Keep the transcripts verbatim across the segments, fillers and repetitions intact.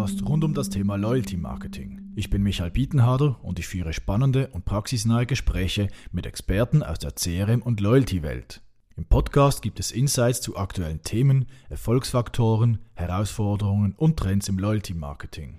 Podcast rund um das Thema Loyalty Marketing. Ich bin Michael Bietenharder und ich führe spannende und praxisnahe Gespräche mit Experten aus der C R M- und Loyalty-Welt. Im Podcast gibt es Insights zu aktuellen Themen, Erfolgsfaktoren, Herausforderungen und Trends im Loyalty Marketing.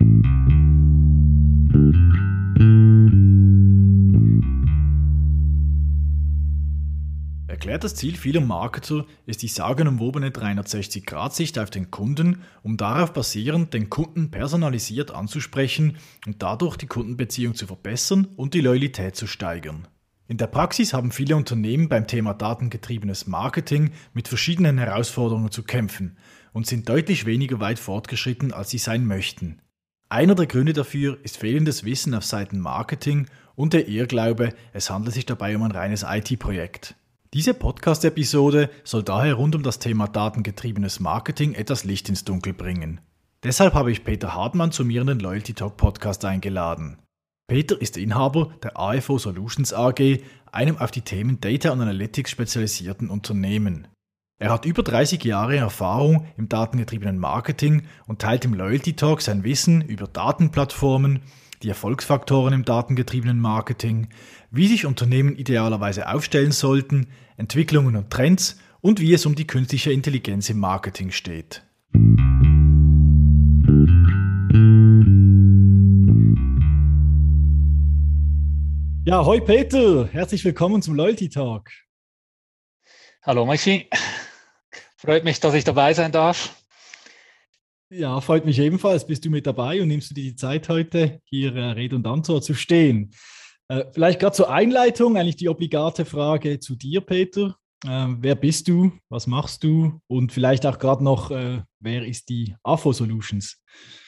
Erklärtes Ziel vieler Marketer ist die sagenumwobene dreihundertsechzig-Grad-Sicht auf den Kunden, um darauf basierend den Kunden personalisiert anzusprechen und dadurch die Kundenbeziehung zu verbessern und die Loyalität zu steigern. In der Praxis haben viele Unternehmen beim Thema datengetriebenes Marketing mit verschiedenen Herausforderungen zu kämpfen und sind deutlich weniger weit fortgeschritten, als sie sein möchten. Einer der Gründe dafür ist fehlendes Wissen auf Seiten Marketing und der Irrglaube, es handle sich dabei um ein reines I T-Projekt. Diese Podcast-Episode soll daher rund um das Thema datengetriebenes Marketing etwas Licht ins Dunkel bringen. Deshalb habe ich Peter Hartmann zu mir in den Loyalty Talk Podcast eingeladen. Peter ist Inhaber der A F O Solutions A G, einem auf die Themen Data und Analytics spezialisierten Unternehmen. Er hat über dreißig Jahre Erfahrung im datengetriebenen Marketing und teilt im Loyalty Talk sein Wissen über Datenplattformen, die Erfolgsfaktoren im datengetriebenen Marketing, wie sich Unternehmen idealerweise aufstellen sollten, Entwicklungen und Trends und wie es um die künstliche Intelligenz im Marketing steht. Ja, hoi Peter, herzlich willkommen zum Loyalty Talk. Hallo Michi, freut mich, dass ich dabei sein darf. Ja, freut mich ebenfalls. Bist du mit dabei und nimmst du dir die Zeit heute, hier äh, Rede und Antwort zu stehen? Äh, vielleicht gerade zur Einleitung, eigentlich die obligate Frage zu dir, Peter. Äh, wer bist du? Was machst du? Und vielleicht auch gerade noch, äh, wer ist die A F O Solutions?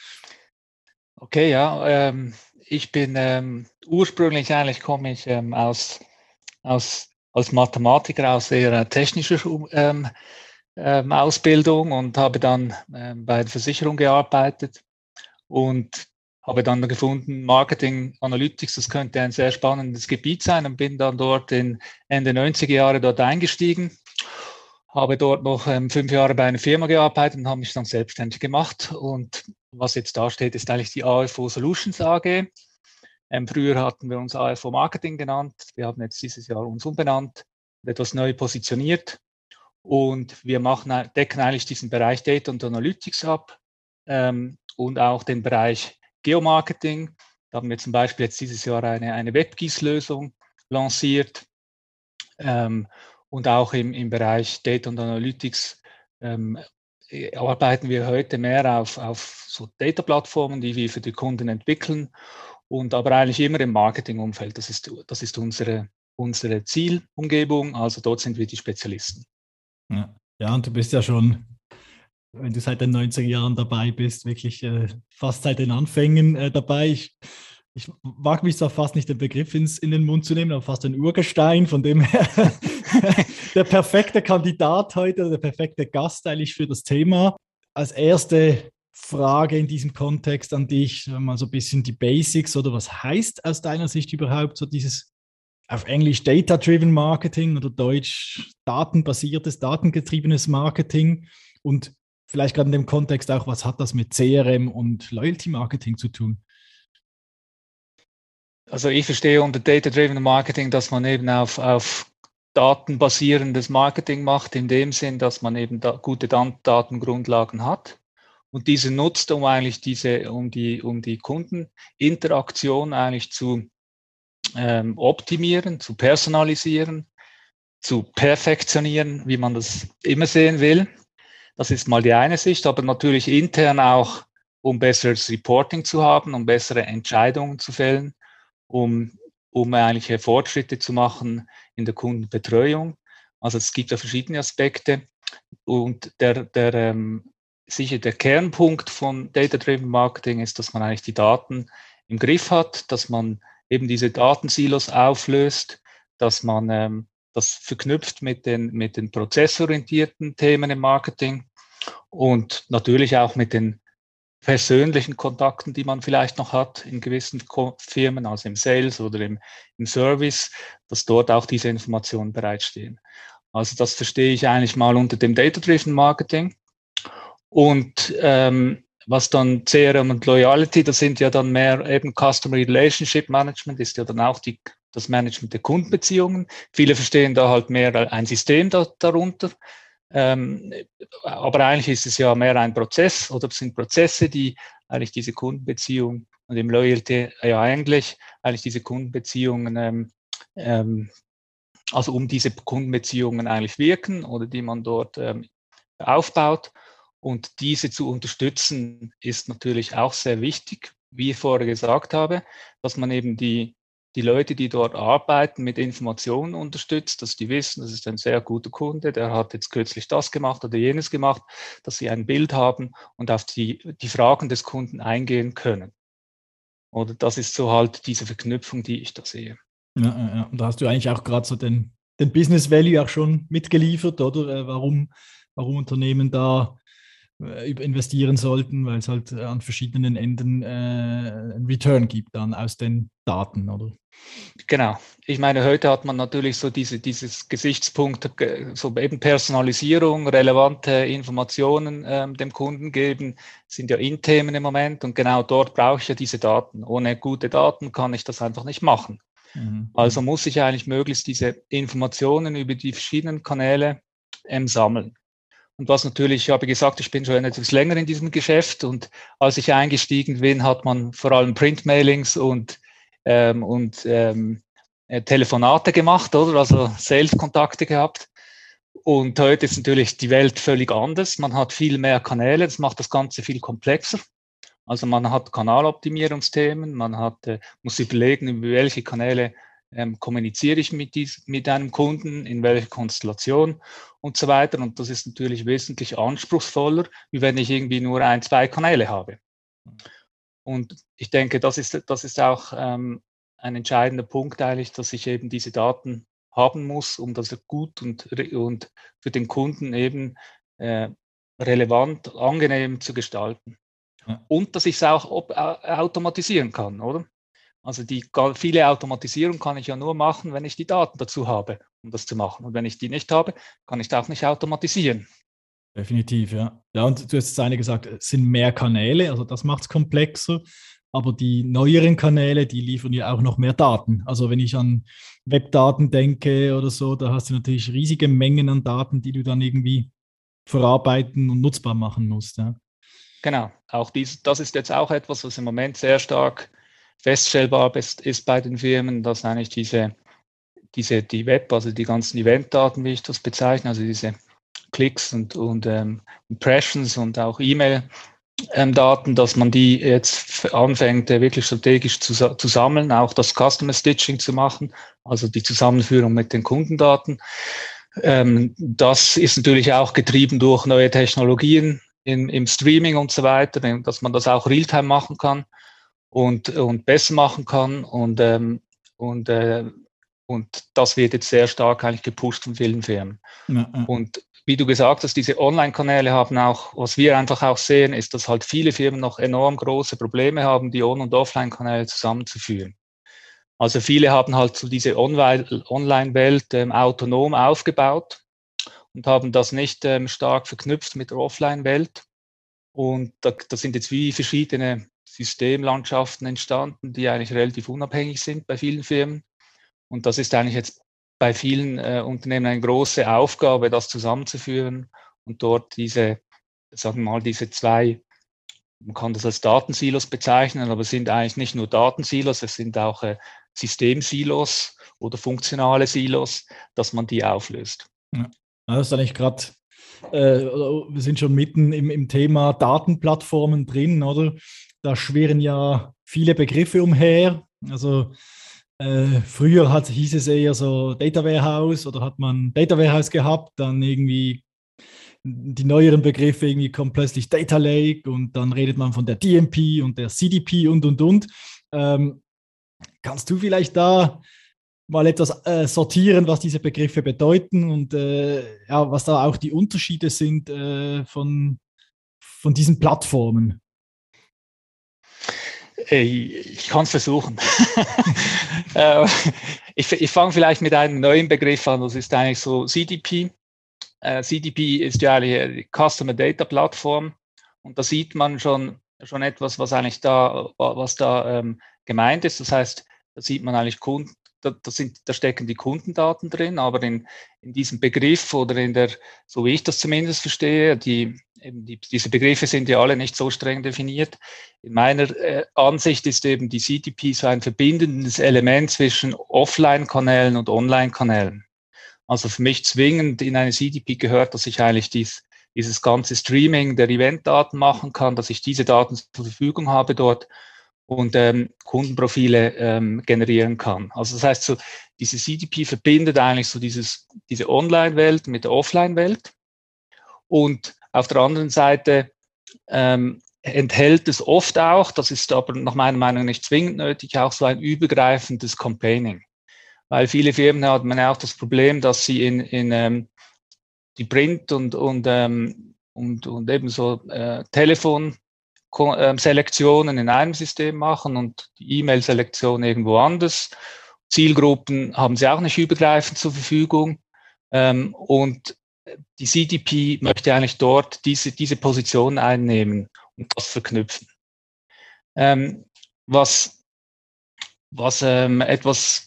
Okay, ja, ähm, ich bin ähm, ursprünglich eigentlich komme ich ähm, aus, aus als Mathematiker aus eher technischer ähm, ähm, Ausbildung und habe dann ähm, bei der Versicherung gearbeitet und habe dann gefunden, Marketing Analytics, das könnte ein sehr spannendes Gebiet sein und bin dann dort in Ende neunziger Jahre dort eingestiegen, habe dort noch ähm, fünf Jahre bei einer Firma gearbeitet und habe mich dann selbstständig gemacht und was jetzt da steht, ist eigentlich die A F O Solutions A G. Ähm, früher hatten wir uns A F O Marketing genannt, wir haben jetzt dieses Jahr uns umbenannt und etwas neu positioniert. Und wir machen, decken eigentlich diesen Bereich Data und Analytics ab ähm, und auch den Bereich Geomarketing. Da haben wir zum Beispiel jetzt dieses Jahr eine, eine WebGIS-Lösung lanciert. Ähm, und auch im, im Bereich Data und Analytics ähm, arbeiten wir heute mehr auf, auf so Data-Plattformen, die wir für die Kunden entwickeln. Und aber eigentlich immer im Marketing-Umfeld. Das ist, das ist unsere, unsere Zielumgebung. Also dort sind wir die Spezialisten. Ja. ja, und du bist ja schon, wenn du seit den neunziger Jahren dabei bist, wirklich äh, fast seit den Anfängen äh, dabei. Ich, ich wage mich zwar fast nicht den Begriff ins, in den Mund zu nehmen, aber fast ein Urgestein, von dem her der perfekte Kandidat heute, der perfekte Gast eigentlich für das Thema. Als erste Frage in diesem Kontext an dich, mal so ein bisschen die Basics oder was heißt aus deiner Sicht überhaupt so dieses auf Englisch Data-Driven Marketing oder Deutsch datenbasiertes, datengetriebenes Marketing und vielleicht gerade in dem Kontext auch, was hat das mit C R M und Loyalty Marketing zu tun? Also ich verstehe unter Data-Driven Marketing, dass man eben auf, auf datenbasierendes Marketing macht, in dem Sinn, dass man eben da gute Datengrundlagen hat und diese nutzt, um eigentlich diese, um die, um die Kundeninteraktion eigentlich zu ähm, optimieren, zu personalisieren, zu perfektionieren, wie man das immer sehen will. Das ist mal die eine Sicht, aber natürlich intern auch, um besseres Reporting zu haben, um bessere Entscheidungen zu fällen, um, um eigentlich Fortschritte zu machen in der Kundenbetreuung. Also es gibt ja verschiedene Aspekte und der, der ähm, sicher der Kernpunkt von Data-Driven Marketing ist, dass man eigentlich die Daten im Griff hat, dass man eben diese Datensilos auflöst, dass man ähm, das verknüpft mit den, mit den prozessorientierten Themen im Marketing und natürlich auch mit den persönlichen Kontakten, die man vielleicht noch hat in gewissen Firmen, also im Sales oder im, im Service, dass dort auch diese Informationen bereitstehen. Also das verstehe ich eigentlich mal unter dem Data-Driven Marketing. Und ähm, was dann C R M und Loyalty, das sind ja dann mehr eben Customer Relationship Management, ist ja dann auch die, das Management der Kundenbeziehungen. Viele verstehen da halt mehr ein System da, darunter. Ähm, aber eigentlich ist es ja mehr ein Prozess oder es sind Prozesse, die eigentlich diese Kundenbeziehung und im Loyalty ja eigentlich, eigentlich diese Kundenbeziehungen, ähm, ähm, also um diese Kundenbeziehungen eigentlich wirken oder die man dort ähm, aufbaut. Und diese zu unterstützen, ist natürlich auch sehr wichtig, wie ich vorher gesagt habe, dass man eben die, die Leute, die dort arbeiten, mit Informationen unterstützt, dass die wissen, das ist ein sehr guter Kunde, der hat jetzt kürzlich das gemacht oder jenes gemacht, dass sie ein Bild haben und auf die, die Fragen des Kunden eingehen können. Oder das ist so halt diese Verknüpfung, die ich da sehe. Ja, ja, ja. Und da hast du eigentlich auch gerade so den, den Business Value auch schon mitgeliefert, oder? Äh, warum, warum Unternehmen da äh, investieren sollten, weil es halt äh, an verschiedenen Enden äh, einen Return gibt dann aus den Daten, oder? Genau. Ich meine, heute hat man natürlich so diese, dieses Gesichtspunkt, so eben Personalisierung, relevante Informationen ähm, dem Kunden geben, sind ja In-Themen im Moment und genau dort brauche ich ja diese Daten. Ohne gute Daten kann ich das einfach nicht machen. Mhm. Also muss ich eigentlich möglichst diese Informationen über die verschiedenen Kanäle ähm, sammeln. Und was natürlich, ich habe gesagt, ich bin schon etwas länger in diesem Geschäft und als ich eingestiegen bin, hat man vor allem Printmailings und, ähm, und ähm, äh, Telefonate gemacht, oder? Also Sales-Kontakte gehabt. Und heute ist natürlich die Welt völlig anders. Man hat viel mehr Kanäle, das macht das Ganze viel komplexer. Also man hat Kanaloptimierungsthemen, man hat, äh, muss überlegen, über welche Kanäle ähm, kommuniziere ich mit, dies, mit einem Kunden, in welcher Konstellation und so weiter. Und das ist natürlich wesentlich anspruchsvoller, wie wenn ich irgendwie nur ein, zwei Kanäle habe. Und ich denke, das ist, das ist auch ähm, ein entscheidender Punkt eigentlich, dass ich eben diese Daten haben muss, um das gut und, und für den Kunden eben äh, relevant, angenehm zu gestalten. Ja. Und dass ich es auch op- automatisieren kann, oder? Also die viele Automatisierung kann ich ja nur machen, wenn ich die Daten dazu habe, um das zu machen. Und wenn ich die nicht habe, kann ich es auch nicht automatisieren. Definitiv, ja. Ja, und du hast jetzt eine gesagt, es sind mehr Kanäle, also das macht es komplexer. Aber die neueren Kanäle, die liefern ja auch noch mehr Daten. Also wenn ich an Webdaten denke oder so, da hast du natürlich riesige Mengen an Daten, die du dann irgendwie verarbeiten und nutzbar machen musst. Ja. Genau, auch dies, das ist jetzt auch etwas, was im Moment sehr stark feststellbar ist, ist bei den Firmen, dass eigentlich diese, diese, die Web, also die ganzen Eventdaten, wie ich das bezeichne, also diese Klicks und, und ähm, Impressions und auch E-Mail-Daten, dass man die jetzt anfängt, äh, wirklich strategisch zu, zu sammeln, auch das Customer Stitching zu machen, also die Zusammenführung mit den Kundendaten. Ähm, das ist natürlich auch getrieben durch neue Technologien im, im Streaming und so weiter, dass man das auch Realtime machen kann und, und besser machen kann. Und, ähm, und, äh, und das wird jetzt sehr stark eigentlich gepusht von vielen Firmen. Ja, ja. Und wie du gesagt hast, diese Online-Kanäle haben auch, was wir einfach auch sehen, ist, dass halt viele Firmen noch enorm große Probleme haben, die On- und Offline-Kanäle zusammenzuführen. Also viele haben halt so diese Online-Welt ähm, autonom aufgebaut und haben das nicht ähm, stark verknüpft mit der Offline-Welt. Und da, da sind jetzt wie verschiedene Systemlandschaften entstanden, die eigentlich relativ unabhängig sind bei vielen Firmen. Und das ist eigentlich jetzt bei vielen äh, Unternehmen eine große Aufgabe, das zusammenzuführen und dort diese, sagen wir mal, diese zwei, man kann das als Datensilos bezeichnen, aber es sind eigentlich nicht nur Datensilos, es sind auch äh, Systemsilos oder funktionale Silos, dass man die auflöst. Ja. Das ist eigentlich gerade, äh, wir sind schon mitten im, im Thema Datenplattformen drin, oder? Da schwirren ja viele Begriffe umher. Also äh, früher hat, hieß es eher so Data Warehouse oder hat man Data Warehouse gehabt, dann irgendwie die neueren Begriffe, irgendwie kommt plötzlich Data Lake und dann redet man von der D M P und der C D P und und und. Ähm, kannst du vielleicht da mal etwas äh, sortieren, was diese Begriffe bedeuten und äh, ja, was da auch die Unterschiede sind äh, von, von diesen Plattformen? Ich kann es versuchen. Äh, ich ich fange vielleicht mit einem neuen Begriff an, das ist eigentlich so C D P. Uh, C D P ist ja eine Customer Data Plattform Und da sieht man schon, schon etwas, was eigentlich da, was da ähm, gemeint ist. Das heißt, da sieht man eigentlich Kunden, da, da, sind, da stecken die Kundendaten drin, aber in, in diesem Begriff oder in der, so wie ich das zumindest verstehe, die, eben die, diese Begriffe sind ja alle nicht so streng definiert. In meiner äh, Ansicht ist eben die C D P so ein verbindendes Element zwischen Offline-Kanälen und Online-Kanälen. Also für mich zwingend in eine C D P gehört, dass ich eigentlich dies, dieses ganze Streaming der Eventdaten machen kann, dass ich diese Daten zur Verfügung habe dort und ähm, Kundenprofile ähm, generieren kann. Also das heißt, so diese C D P verbindet eigentlich so dieses, diese Online-Welt mit der Offline-Welt. Und auf der anderen Seite ähm, enthält es oft auch, das ist aber nach meiner Meinung nicht zwingend nötig, auch so ein übergreifendes Campaigning. Weil viele Firmen haben auch das Problem, dass sie in, in ähm, die Print- und, und, ähm, und, und ebenso äh, Telefonselektionen in einem System machen und die E-Mail-Selektion irgendwo anders. Zielgruppen haben sie auch nicht übergreifend zur Verfügung. Ähm, und die C D P möchte eigentlich dort diese, diese Position einnehmen und das verknüpfen. Ähm, was was ähm, etwas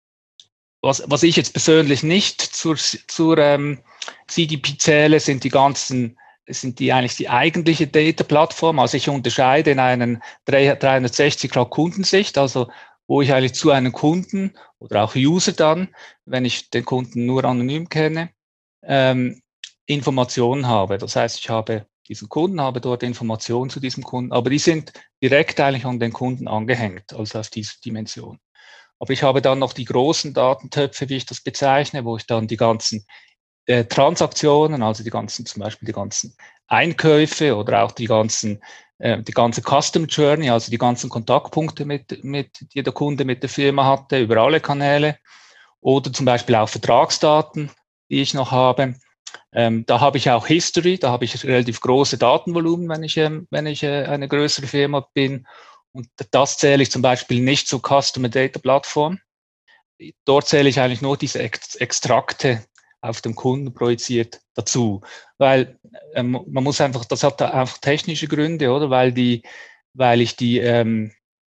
Was, was ich jetzt persönlich nicht zur, zur ähm, C D P zähle, sind die ganzen, sind die eigentlich die eigentliche Data-Plattform. Also ich unterscheide in einen dreihundertsechzig Grad Kundensicht, also wo ich eigentlich zu einem Kunden oder auch User dann, wenn ich den Kunden nur anonym kenne, ähm, Informationen habe. Das heißt, ich habe diesen Kunden, habe dort Informationen zu diesem Kunden, aber die sind direkt eigentlich an den Kunden angehängt, also auf diese Dimension. Aber ich habe dann noch die großen Datentöpfe, wie ich das bezeichne, wo ich dann die ganzen äh, Transaktionen, also die ganzen, zum Beispiel die ganzen Einkäufe oder auch die ganzen, äh, die ganze Custom Journey, also die ganzen Kontaktpunkte, mit, mit, die der Kunde mit der Firma hatte, über alle Kanäle oder zum Beispiel auch Vertragsdaten, die ich noch habe. Ähm, da habe ich auch History, da habe ich relativ große Datenvolumen, wenn ich, ähm, wenn ich äh, eine größere Firma bin. Und das zähle ich zum Beispiel nicht zur Customer Data Plattform. Dort zähle ich eigentlich nur diese Extrakte auf dem Kunden projiziert dazu. Weil ähm, man muss einfach, das hat einfach technische Gründe, oder? Weil die, weil ich die ähm,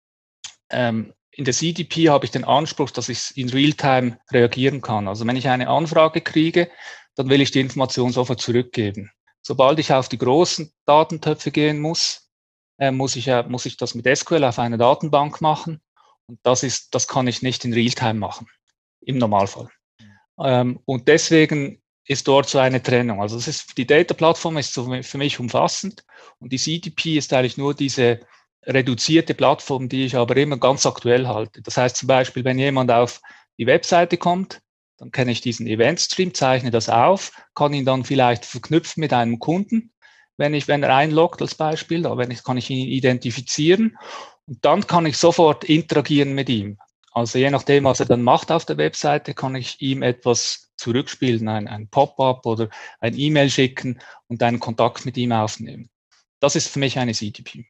ähm, in der C D P habe ich den Anspruch, dass ich in Realtime reagieren kann. Also wenn ich eine Anfrage kriege, dann will ich die Information sofort zurückgeben. Sobald ich auf die großen Datentöpfe gehen muss, äh, muss ich, äh, muss ich das mit S Q L auf einer Datenbank machen. Und das ist, das kann ich nicht in Realtime machen. Im Normalfall. Ähm, und deswegen ist dort so eine Trennung. Also das ist, die Data-Plattform ist so für mich umfassend und die C D P ist eigentlich nur diese reduzierte Plattform, die ich aber immer ganz aktuell halte. Das heißt zum Beispiel, wenn jemand auf die Webseite kommt, dann kenne ich diesen Event-Stream, zeichne das auf, kann ihn dann vielleicht verknüpfen mit einem Kunden, wenn ich, wenn er einloggt als Beispiel, da wenn ich, kann ich ihn identifizieren und dann kann ich sofort interagieren mit ihm. Also je nachdem, was er dann macht auf der Webseite, kann ich ihm etwas zurückspielen, ein, ein Pop-up oder ein E-Mail schicken und einen Kontakt mit ihm aufnehmen. Das ist für mich eine C D P.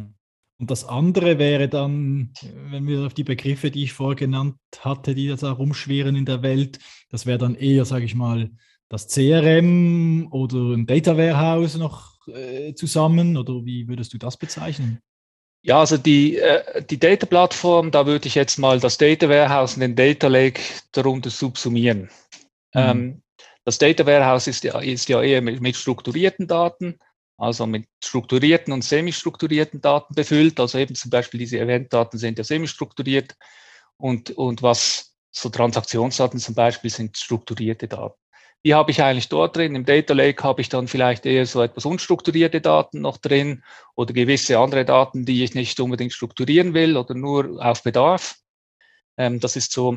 Und das andere wäre dann, wenn wir auf die Begriffe, die ich vorher genannt hatte, die da rumschwirren in der Welt, das wäre dann eher, sage ich mal, das C R M oder ein Data Warehouse noch äh, zusammen, oder wie würdest du das bezeichnen? Ja, also die, äh, die Data-Plattform, da würde ich jetzt mal das Data Warehouse und den Data Lake darunter subsumieren. Mhm. Ähm, das Data Warehouse ist ja, ist ja eher mit, mit strukturierten Daten, also mit strukturierten und semi-strukturierten Daten befüllt. Also eben zum Beispiel diese Eventdaten sind ja semi-strukturiert und, und was so Transaktionsdaten zum Beispiel sind strukturierte Daten. Die habe ich eigentlich dort drin. Im Data Lake habe ich dann vielleicht eher so etwas unstrukturierte Daten noch drin oder gewisse andere Daten, die ich nicht unbedingt strukturieren will oder nur auf Bedarf. Ähm, das ist so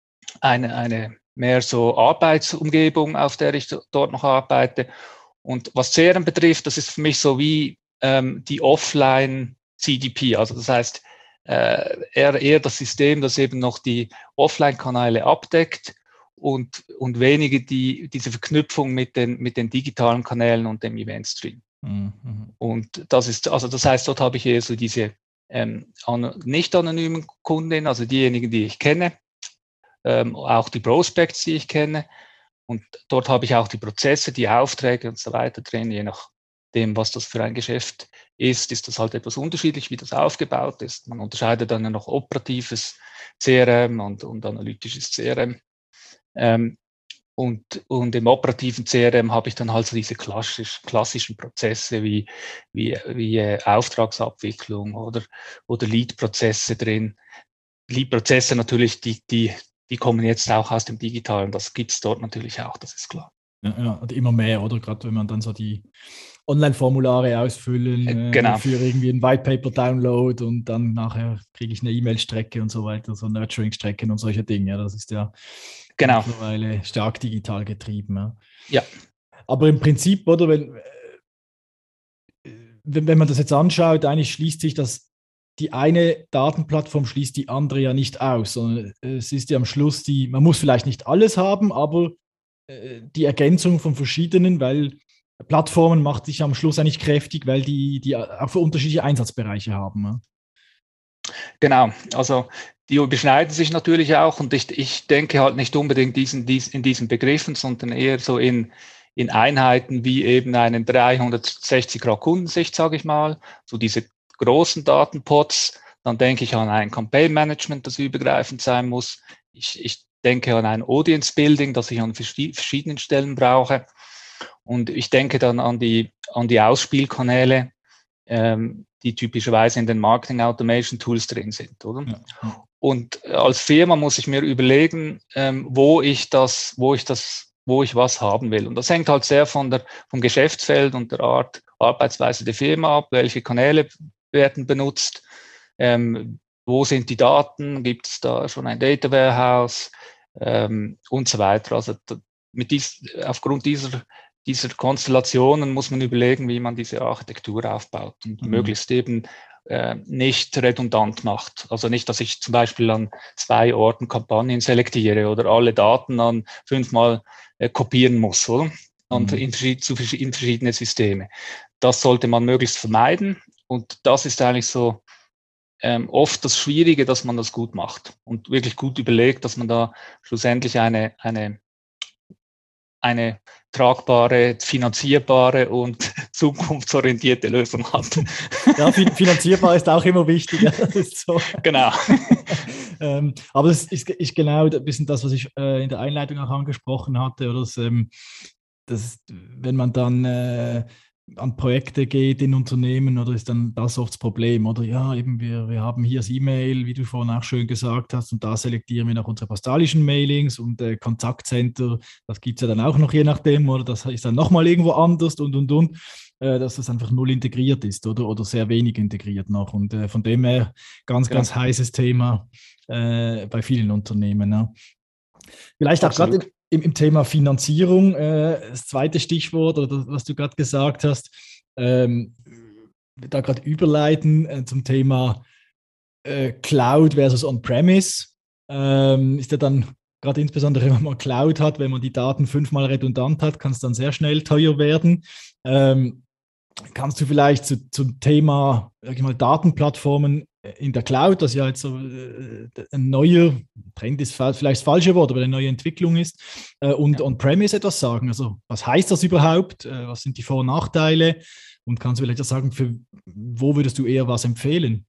eine, eine mehr so Arbeitsumgebung, auf der ich dort noch arbeite. Und was C R M betrifft, das ist für mich so wie ähm, die Offline-C D P. Also das heißt, äh, eher, eher das System, das eben noch die Offline-Kanäle abdeckt und, und weniger die, diese Verknüpfung mit den, mit den digitalen Kanälen und dem Event-Stream. Mhm. Und das ist, also das heißt, dort habe ich eher so diese ähm, nicht anonymen Kundinnen, also diejenigen, die ich kenne, ähm, auch die Prospects, die ich kenne. Und dort habe ich auch die Prozesse, die Aufträge und so weiter drin, je nach, dem, was das für ein Geschäft ist, ist das halt etwas unterschiedlich, wie das aufgebaut ist. Man unterscheidet dann ja noch operatives C R M und, und analytisches C R M. Ähm, und, und im operativen C R M habe ich dann halt so diese klassisch, klassischen Prozesse wie, wie, wie äh, Auftragsabwicklung oder, oder Lead-Prozesse drin. Lead-Prozesse natürlich, die, die, die kommen jetzt auch aus dem Digitalen. Das gibt es dort natürlich auch, das ist klar. Ja, ja, und immer mehr, oder? Gerade wenn man dann so die Online-Formulare ausfüllen Äh, äh, genau. für irgendwie einen White-Paper-Download und dann nachher kriege ich eine E-Mail-Strecke und so weiter, so Nurturing-Strecken und solche Dinge. Ja, das ist ja Genau. mittlerweile stark digital getrieben. Ja. Ja. Aber im Prinzip, oder, wenn, wenn, wenn man das jetzt anschaut, eigentlich schließt sich das, die eine Datenplattform schließt die andere ja nicht aus, sondern es ist ja am Schluss die, man muss vielleicht nicht alles haben, aber äh, die Ergänzung von verschiedenen, weil Plattformen macht sich am Schluss eigentlich kräftig, weil die, die auch für unterschiedliche Einsatzbereiche haben. Ja. Genau, also die überschneiden sich natürlich auch und ich, ich denke halt nicht unbedingt diesen, dies, in diesen Begriffen, sondern eher so in, in Einheiten wie eben einen dreihundertsechzig Grad Kundensicht, sage ich mal, so diese großen Datenpots. Dann denke ich an ein Campaign Management, das übergreifend sein muss. Ich, ich denke an ein Audience Building, das ich an verschiedenen Stellen brauche. Und ich denke dann an die, an die Ausspielkanäle, ähm, die typischerweise in den Marketing Automation Tools drin sind, oder? Ja. Und als Firma muss ich mir überlegen, ähm, wo ich das, wo ich das, wo ich was haben will. Und das hängt halt sehr von der, vom Geschäftsfeld und der Art, Arbeitsweise der Firma ab, welche Kanäle werden benutzt, ähm, wo sind die Daten, gibt es da schon ein Data Warehouse ähm, und so weiter. Also mit dies, aufgrund dieser dieser Konstellationen muss man überlegen, wie man diese Architektur aufbaut und mhm. möglichst eben äh, nicht redundant macht. Also nicht, dass ich zum Beispiel an zwei Orten Kampagnen selektiere oder alle Daten dann fünfmal äh, kopieren muss, oder? Und mhm. in, zu, in verschiedene Systeme. Das sollte man möglichst vermeiden und das ist eigentlich so ähm, oft das Schwierige, dass man das gut macht und wirklich gut überlegt, dass man da schlussendlich eine, eine eine tragbare, finanzierbare und zukunftsorientierte Lösung hat. Ja, finanzierbar ist auch immer wichtig. Das ist so. Genau. ähm, aber das ist, ist genau ein bisschen das, was ich äh, in der Einleitung auch angesprochen hatte. Oder das, ähm, das, wenn man dann äh, an Projekte geht in Unternehmen, oder ist dann das oft das Problem, oder ja, eben wir, wir haben hier das E-Mail, wie du vorhin auch schön gesagt hast, und da selektieren wir nach unsere postalischen Mailings und äh, Kontaktcenter, das gibt es ja dann auch noch je nachdem, oder das ist dann nochmal irgendwo anders und und und, äh, dass das einfach null integriert ist, oder, oder sehr wenig integriert noch und äh, von dem her ganz, genau. ganz heißes Thema äh, bei vielen Unternehmen. Ja. Vielleicht auch gerade im, im Thema Finanzierung, äh, das zweite Stichwort, oder das, was du gerade gesagt hast, ähm, da gerade überleiten äh, zum Thema äh, Cloud versus On-Premise. Ähm, ist ja dann gerade insbesondere, wenn man Cloud hat, wenn man die Daten fünfmal redundant hat, kann es dann sehr schnell teuer werden. Ähm, kannst du vielleicht zu, zum Thema sag ich mal, Datenplattformen in der Cloud, das ja jetzt so äh, ein neuer Trend ist, vielleicht das falsche Wort, aber eine neue Entwicklung ist, äh, und ja. On-Premise etwas sagen? Also was heißt das überhaupt? Äh, was sind die Vor- und Nachteile? Und kannst du vielleicht auch sagen, für wo würdest du eher was empfehlen?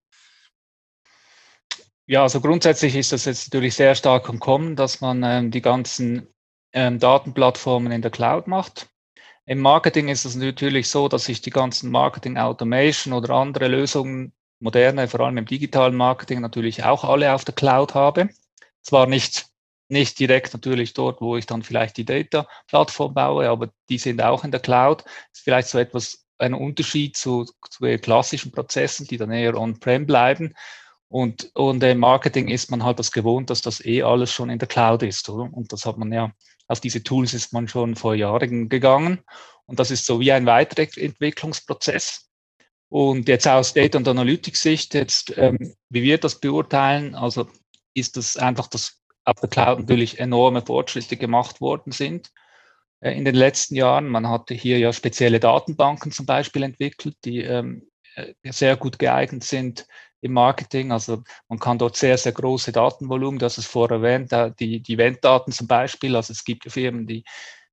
Ja, also grundsätzlich ist das jetzt natürlich sehr stark am Kommen, dass man ähm, die ganzen ähm, Datenplattformen in der Cloud macht. Im Marketing ist es natürlich so, dass ich die ganzen Marketing Automation oder andere Lösungen, moderne, vor allem im digitalen Marketing, natürlich auch alle auf der Cloud habe. Zwar nicht, nicht direkt natürlich dort, wo ich dann vielleicht die Data-Plattform baue, aber die sind auch in der Cloud. Das ist vielleicht so etwas ein Unterschied zu, zu klassischen Prozessen, die dann eher on-prem bleiben. Und, und im Marketing ist man halt das gewohnt, dass das eh alles schon in der Cloud ist, oder? Und das hat man ja, auf diese Tools ist man schon vor Jahren gegangen. Und das ist so wie ein Weiterentwicklungsprozess. Und jetzt aus Data- und Analytics-Sicht, jetzt, ähm, wie wir das beurteilen, also ist das einfach, dass auf der Cloud natürlich enorme Fortschritte gemacht worden sind äh, in den letzten Jahren. Man hatte hier ja spezielle Datenbanken zum Beispiel entwickelt, die ähm, sehr gut geeignet sind im Marketing. Also man kann dort sehr, sehr große Datenvolumen, das ist vorher erwähnt, die, die Eventdaten zum Beispiel. Also es gibt Firmen, die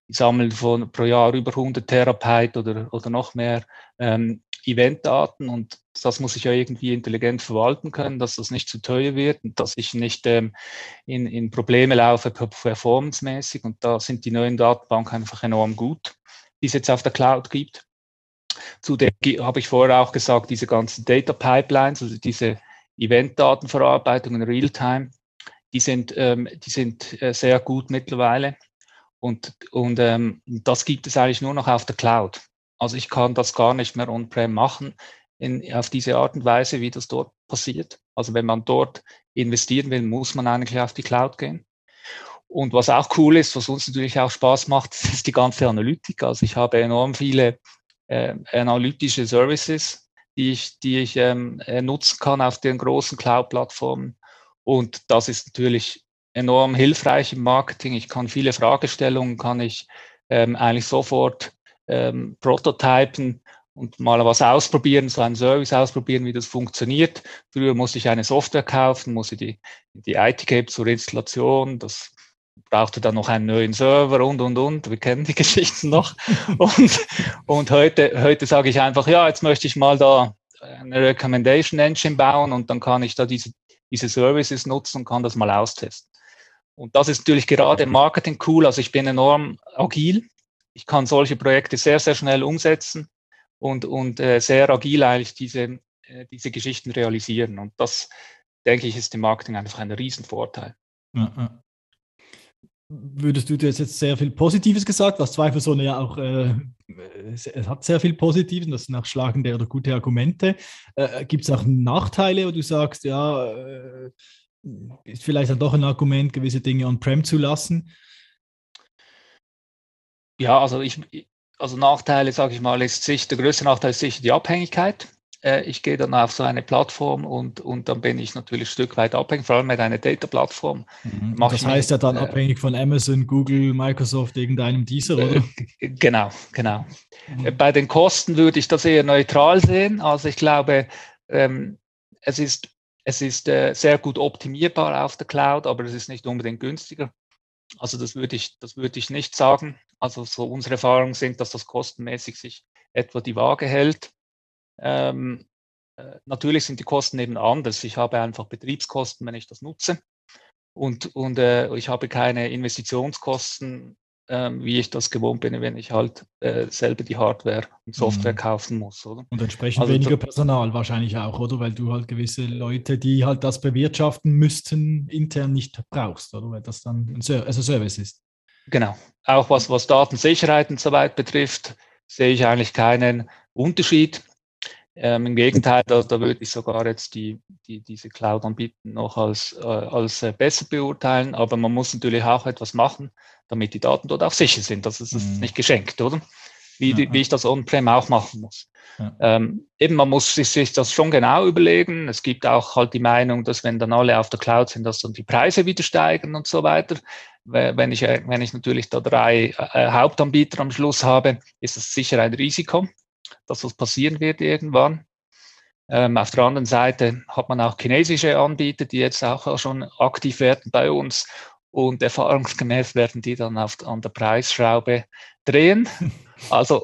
die sammeln von, pro Jahr über hundert Terabyte oder, oder noch mehr ähm, Eventdaten, und das muss ich ja irgendwie intelligent verwalten können, dass das nicht zu teuer wird und dass ich nicht ähm, in, in Probleme laufe performancemäßig, und da sind die neuen Datenbanken einfach enorm gut, die es jetzt auf der Cloud gibt. Zudem habe ich vorher auch gesagt, diese ganzen Data Pipelines, also diese Eventdatenverarbeitung in Realtime, die sind, ähm, die sind äh, sehr gut mittlerweile, und, und ähm, das gibt es eigentlich nur noch auf der Cloud. Also ich kann das gar nicht mehr on-prem machen in, auf diese Art und Weise, wie das dort passiert. Also wenn man dort investieren will, muss man eigentlich auf die Cloud gehen. Und was auch cool ist, was uns natürlich auch Spaß macht, ist die ganze Analytik. Also ich habe enorm viele äh, analytische Services, die ich, die ich ähm, nutzen kann auf den großen Cloud-Plattformen. Und das ist natürlich enorm hilfreich im Marketing. Ich kann viele Fragestellungen, kann ich ähm, eigentlich sofort ähm, prototypen und mal was ausprobieren, so einen Service ausprobieren, wie das funktioniert. Früher musste ich eine Software kaufen, musste die, die I T geben zur Installation, das brauchte dann noch einen neuen Server und, und, und. Wir kennen die Geschichten noch. und und heute, heute sage ich einfach, ja, jetzt möchte ich mal da eine Recommendation Engine bauen, und dann kann ich da diese, diese Services nutzen und kann das mal austesten. Und das ist natürlich gerade im Marketing cool. Also ich bin enorm agil. Ich kann solche Projekte sehr, sehr schnell umsetzen und, und äh, sehr agil eigentlich diese, äh, diese Geschichten realisieren. Und das, denke ich, ist im Marketing einfach ein Riesenvorteil. Ja, ja. Würdest du dir jetzt sehr viel Positives gesagt, was zweifelsohne ja auch, äh, es, es hat sehr viel Positives, das sind auch schlagende oder gute Argumente. Äh, Gibt es auch Nachteile, wo du sagst, ja, äh, ist vielleicht dann doch ein Argument, gewisse Dinge on-prem zu lassen? Ja, also ich, also Nachteile, sage ich mal, ist sicher, der größte Nachteil ist sicher die Abhängigkeit. Äh, ich gehe dann auf so eine Plattform, und, und dann bin ich natürlich ein Stück weit abhängig, vor allem mit einer Data-Plattform. Mhm. Das heißt mir, ja dann äh, abhängig von Amazon, Google, Microsoft, irgendeinem dieser, oder? Äh, genau, genau. Mhm. Bei den Kosten würde ich das eher neutral sehen. Also ich glaube, ähm, es ist, es ist äh, sehr gut optimierbar auf der Cloud, aber es ist nicht unbedingt günstiger. Also das würde ich, das würde ich nicht sagen. Also so unsere Erfahrungen sind, dass das kostenmäßig sich etwa die Waage hält. Ähm, äh, natürlich sind die Kosten eben anders. Ich habe einfach Betriebskosten, wenn ich das nutze. Und, und äh, ich habe keine Investitionskosten, ähm, wie ich das gewohnt bin, wenn ich halt äh, selber die Hardware und Software Mhm. kaufen muss, oder? Und entsprechend Also weniger da, Personal wahrscheinlich auch, oder? Weil du halt gewisse Leute, die halt das bewirtschaften müssten, intern nicht brauchst, oder? Weil das dann ein Ser- also Service ist. genau. Auch was, was Datensicherheit und so weiter betrifft, sehe ich eigentlich keinen Unterschied. Ähm, Im Gegenteil, da, da würde ich sogar jetzt die, die, diese Cloud-Anbieter noch als, äh, als äh, besser beurteilen. Aber man muss natürlich auch etwas machen, damit die Daten dort auch sicher sind. Das ist, das ist Mhm. nicht geschenkt, oder? Wie, Ja, wie ich das on-prem auch machen muss. ja. Ähm, eben, man muss sich, sich das schon genau überlegen. Es gibt auch halt die Meinung, dass wenn dann alle auf der Cloud sind, dass dann die Preise wieder steigen und so weiter. Wenn ich, wenn ich natürlich da drei äh, Hauptanbieter am Schluss habe, ist das sicher ein Risiko, dass das passieren wird irgendwann. Ähm, auf der anderen Seite hat man auch chinesische Anbieter, die jetzt auch schon aktiv werden bei uns, und erfahrungsgemäß werden die dann auf, an der Preisschraube drehen. Also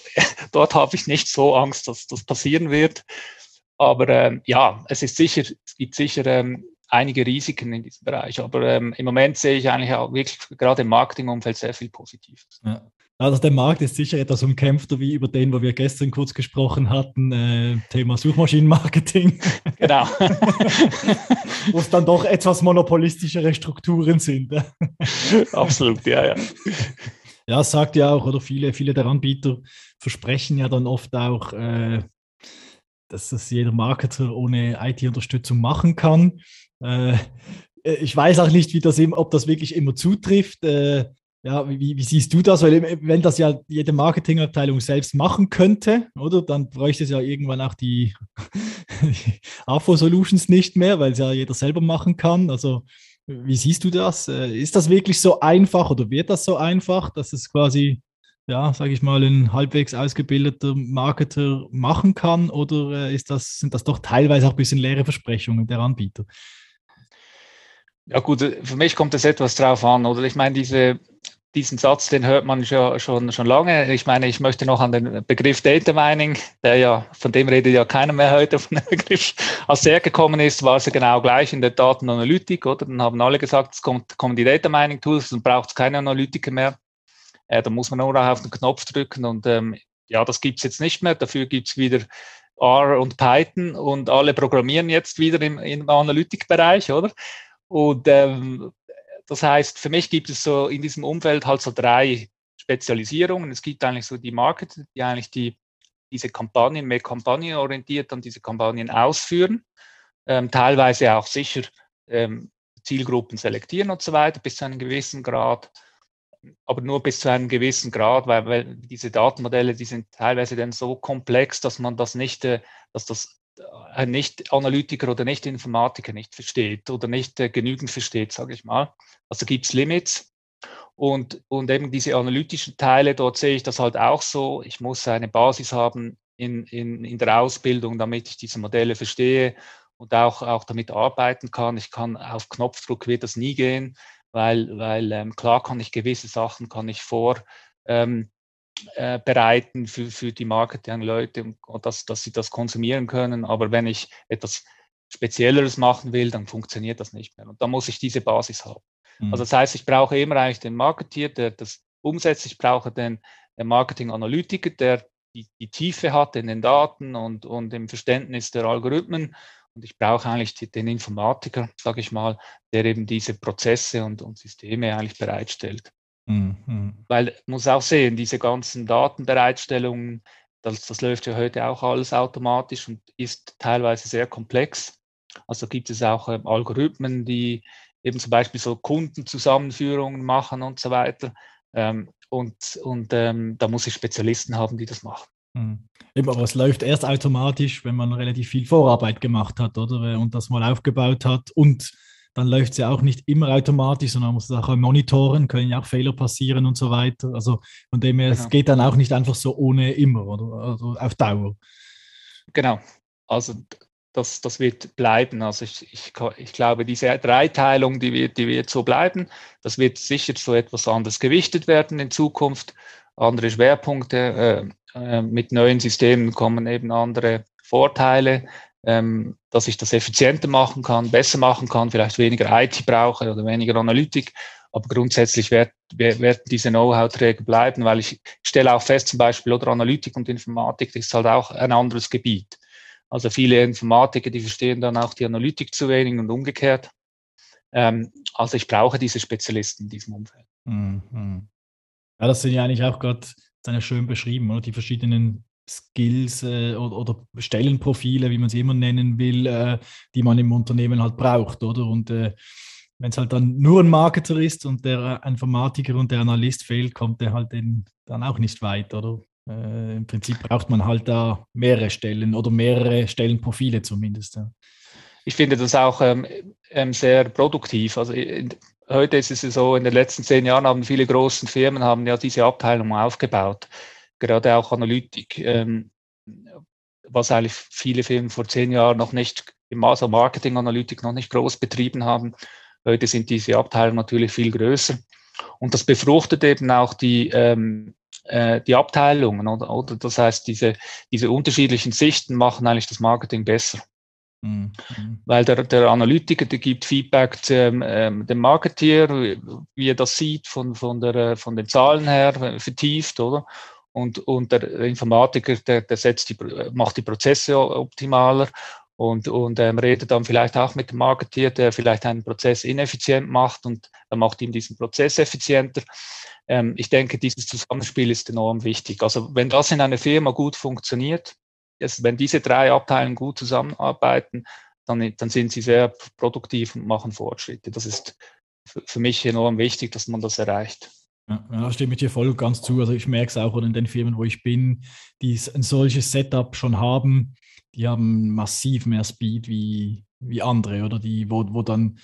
dort habe ich nicht so Angst, dass das passieren wird. Aber ähm, ja, es ist sicher, es gibt sicher ähm, einige Risiken in diesem Bereich. Aber ähm, im Moment sehe ich eigentlich auch wirklich gerade im Marketingumfeld sehr viel Positives. Ja. Also der Markt ist sicher etwas umkämpfter wie über den, wo wir gestern kurz gesprochen hatten, äh, Thema Suchmaschinenmarketing. Genau. Wo es dann doch etwas monopolistischere Strukturen sind. Absolut, ja, ja. Ja, es sagt ja auch, oder viele, viele der Anbieter versprechen ja dann oft auch, äh, dass das jeder Marketer ohne I T-Unterstützung machen kann. Äh, ich weiß auch nicht, wie das, ob das wirklich immer zutrifft. Äh, ja, wie, wie siehst du das? Weil wenn das ja jede Marketingabteilung selbst machen könnte, oder, dann bräuchte es ja irgendwann auch die, die A V O-Solutions nicht mehr, weil es ja jeder selber machen kann. Also wie siehst du das? Ist das wirklich so einfach oder wird das so einfach, dass es quasi, ja, sage ich mal, ein halbwegs ausgebildeter Marketer machen kann, oder ist das, sind das doch teilweise auch ein bisschen leere Versprechungen der Anbieter? Ja gut, für mich kommt es etwas drauf an, oder? Ich meine, diese diesen Satz, den hört man schon, schon, schon lange. Ich meine, ich möchte noch an den Begriff Data Mining, der ja, von dem redet ja keiner mehr heute, von dem Begriff. Als der gekommen ist, war es ja genau gleich in der Datenanalytik, oder? Dann haben alle gesagt, es kommt, kommen die Data Mining Tools, dann braucht es keine Analytiker mehr. Äh, da muss man nur noch auf den Knopf drücken und ähm, ja, das gibt es jetzt nicht mehr. Dafür gibt es wieder R und Python und alle programmieren jetzt wieder im, im Analytikbereich, oder? Und ähm, das heißt, für mich gibt es so in diesem Umfeld halt so drei Spezialisierungen. Es gibt eigentlich so die Marketer, die eigentlich die, diese Kampagnen, mehr kampagnenorientiert dann diese Kampagnen ausführen, ähm, teilweise auch sicher ähm, Zielgruppen selektieren und so weiter bis zu einem gewissen Grad, aber nur bis zu einem gewissen Grad, weil, weil diese Datenmodelle, die sind teilweise dann so komplex, dass man das nicht, äh, dass das ein Nicht-Analytiker oder Nicht-Informatiker nicht versteht oder nicht äh, genügend versteht, sage ich mal. Also gibt es Limits. Und, und eben diese analytischen Teile, dort sehe ich das halt auch so. Ich muss eine Basis haben in, in, in der Ausbildung, damit ich diese Modelle verstehe und auch, auch damit arbeiten kann. Ich kann auf Knopfdruck wird das nie gehen, weil, weil ähm, klar kann ich gewisse Sachen kann ich vor ähm, äh, bereiten für, für die Marketing-Leute, dass, dass sie das konsumieren können. Aber wenn ich etwas Spezielleres machen will, dann funktioniert das nicht mehr. Und da muss ich diese Basis haben. Mhm. Also das heißt, ich brauche immer eigentlich den Marketeer, der das umsetzt. Ich brauche den, den Marketing-Analytiker, der die, die Tiefe hat in den Daten und, und im Verständnis der Algorithmen. Und ich brauche eigentlich die, den Informatiker, sage ich mal, der eben diese Prozesse und, und Systeme eigentlich bereitstellt. Mhm. Weil, muss auch sehen, diese ganzen Datenbereitstellungen, das, das läuft ja heute auch alles automatisch und ist teilweise sehr komplex. Also gibt es auch ähm, Algorithmen, die eben zum Beispiel so Kundenzusammenführungen machen und so weiter. Ähm, und und ähm, da muss ich Spezialisten haben, die das machen. Mhm. Eben, aber es läuft erst automatisch, wenn man relativ viel Vorarbeit gemacht hat, oder? Und das mal aufgebaut hat. Und dann läuft es ja auch nicht immer automatisch, sondern man muss es auch monitoren, können ja auch Fehler passieren und so weiter. Also von dem her, genau. Es geht dann auch nicht einfach so ohne immer, oder? Also auf Dauer. Genau. Also das, das wird bleiben. Also ich, ich, ich glaube, diese Dreiteilung, die wird, die wird so bleiben. Das wird sicher so etwas anders gewichtet werden in Zukunft. Andere Schwerpunkte. Äh, äh, mit neuen Systemen kommen eben andere Vorteile, ähm, dass ich das effizienter machen kann, besser machen kann, vielleicht weniger I T brauche oder weniger Analytik. Aber grundsätzlich wird, werden diese Know-how-Träger bleiben, weil ich stelle auch fest, zum Beispiel, oder Analytik und Informatik, das ist halt auch ein anderes Gebiet. Also viele Informatiker, die verstehen dann auch die Analytik zu wenig und umgekehrt. Ähm, also ich brauche diese Spezialisten in diesem Umfeld. Mhm. Ja, das sind ja eigentlich auch gerade schön beschrieben, oder? Die verschiedenen Skills äh, oder, oder Stellenprofile, wie man sie immer nennen will, äh, die man im Unternehmen halt braucht, oder? Und äh, wenn es halt dann nur ein Marketer ist und der Informatiker und der Analyst fehlt, kommt der halt den, dann auch nicht weit, oder? Äh, Im Prinzip braucht man halt da mehrere Stellen oder mehrere Stellenprofile zumindest. Ja. Ich finde das auch ähm, ähm, sehr produktiv. Also in, heute ist es so, in den letzten zehn Jahren haben viele große Firmen haben ja diese Abteilung aufgebaut, gerade auch Analytik, ähm, was eigentlich viele Firmen vor zehn Jahren noch nicht, also Marketing-Analytik noch nicht groß betrieben haben. Heute sind diese Abteilungen natürlich viel größer. Und das befruchtet eben auch die, ähm, äh, die Abteilungen. Oder, oder das heißt, diese, diese unterschiedlichen Sichten machen eigentlich das Marketing besser. Mhm. Weil der, der Analytiker, der gibt Feedback zum, ähm, dem Marketeer, wie er das sieht, von, von, der, von den Zahlen her vertieft, oder? Und, und der Informatiker, der, der setzt die, macht die Prozesse optimaler und, und ähm, redet dann vielleicht auch mit dem Marketeer, der vielleicht einen Prozess ineffizient macht und er macht ihm diesen Prozess effizienter. Ähm, ich denke, dieses Zusammenspiel ist enorm wichtig. Also wenn das in einer Firma gut funktioniert, ist, wenn diese drei Abteilungen gut zusammenarbeiten, dann, dann sind sie sehr produktiv und machen Fortschritte. Das ist für, für mich enorm wichtig, dass man das erreicht. Ja, da stimme ich dir voll und ganz zu. Also ich merke es auch in den Firmen, wo ich bin, die ein solches Setup schon haben, die haben massiv mehr Speed wie, wie andere, oder die, wo, wo dann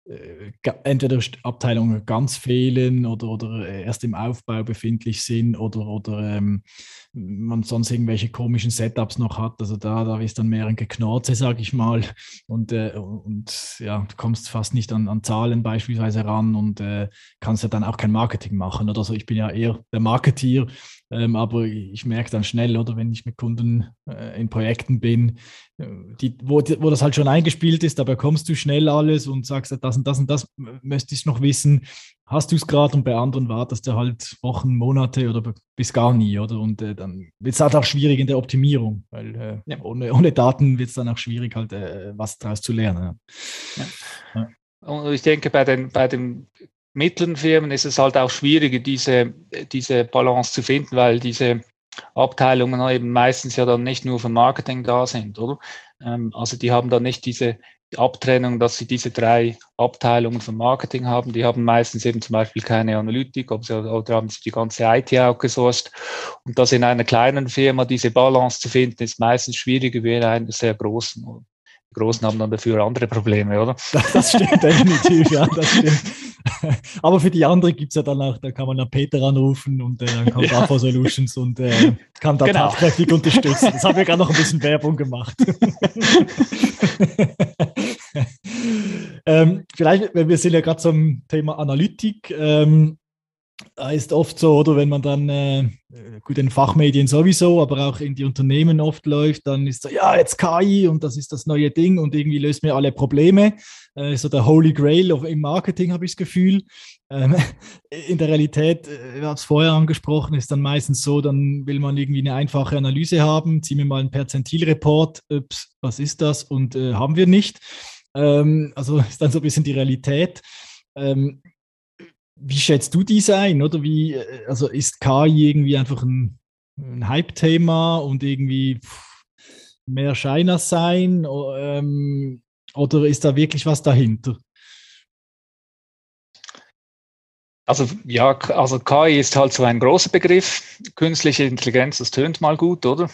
entweder Abteilungen ganz fehlen oder, oder erst im Aufbau befindlich sind oder, oder ähm, man sonst irgendwelche komischen Setups noch hat. Also da, da ist dann mehr ein Geknorze, sage ich mal. Und, äh, und ja, du kommst fast nicht an, an Zahlen beispielsweise ran und äh, kannst ja dann auch kein Marketing machen oder so. Ich bin ja eher der Marketeer, ähm, aber ich merke dann schnell, oder wenn ich mit Kunden äh, in Projekten bin, die, wo, wo das halt schon eingespielt ist, da bekommst du schnell alles und sagst, das und das und das möchte ich noch wissen. Hast du es gerade und bei anderen wartest du halt Wochen, Monate oder bis gar nie, oder? Und äh, dann wird es halt auch schwierig in der Optimierung, weil äh, ja. ohne, ohne Daten wird es dann auch schwierig, halt äh, was daraus zu lernen. Ja. Ja. Und ich denke, bei den, bei den mittleren Firmen ist es halt auch schwieriger, diese, diese Balance zu finden, weil diese Abteilungen eben meistens ja dann nicht nur für Marketing da sind, oder? Ähm, also die haben dann nicht diese Abtrennung, dass sie diese drei Abteilungen für Marketing haben. Die haben meistens eben zum Beispiel keine Analytik, oder haben sie die ganze I T outgesourced. Und das in einer kleinen Firma, diese Balance zu finden, ist meistens schwieriger wie in einer sehr großen. Die Großen haben dann dafür andere Probleme, oder? Das stimmt definitiv, ja, das stimmt. Aber für die anderen gibt es ja dann auch, da kann man ja Peter anrufen und äh, dann kommt ja. A V Solutions und äh, kann da genau. tatkräftig unterstützen. Das haben wir gerade noch ein bisschen Werbung gemacht. ähm, vielleicht, wir sind ja gerade zum Thema Analytik. Ähm, Da ist oft so, oder wenn man dann, äh, gut, in Fachmedien sowieso, aber auch in die Unternehmen oft läuft, dann ist so, ja, jetzt K I und das ist das neue Ding und irgendwie löst mir alle Probleme. Äh, so der Holy Grail of, im Marketing, habe ich das Gefühl. Ähm, in der Realität, äh, ich habe es vorher angesprochen, ist dann meistens so, dann will man irgendwie eine einfache Analyse haben, zieh mir mal einen Perzentilreport, ups, was ist das und äh, haben wir nicht. Ähm, also ist dann so ein bisschen die Realität. Ähm, Wie schätzt du dies ein, oder wie, also ist K I irgendwie einfach ein, ein Hype-Thema und irgendwie mehr Schein als Sein, ähm, oder ist da wirklich was dahinter? Also ja, also K I ist halt so ein großer Begriff. Künstliche Intelligenz, das tönt mal gut, oder?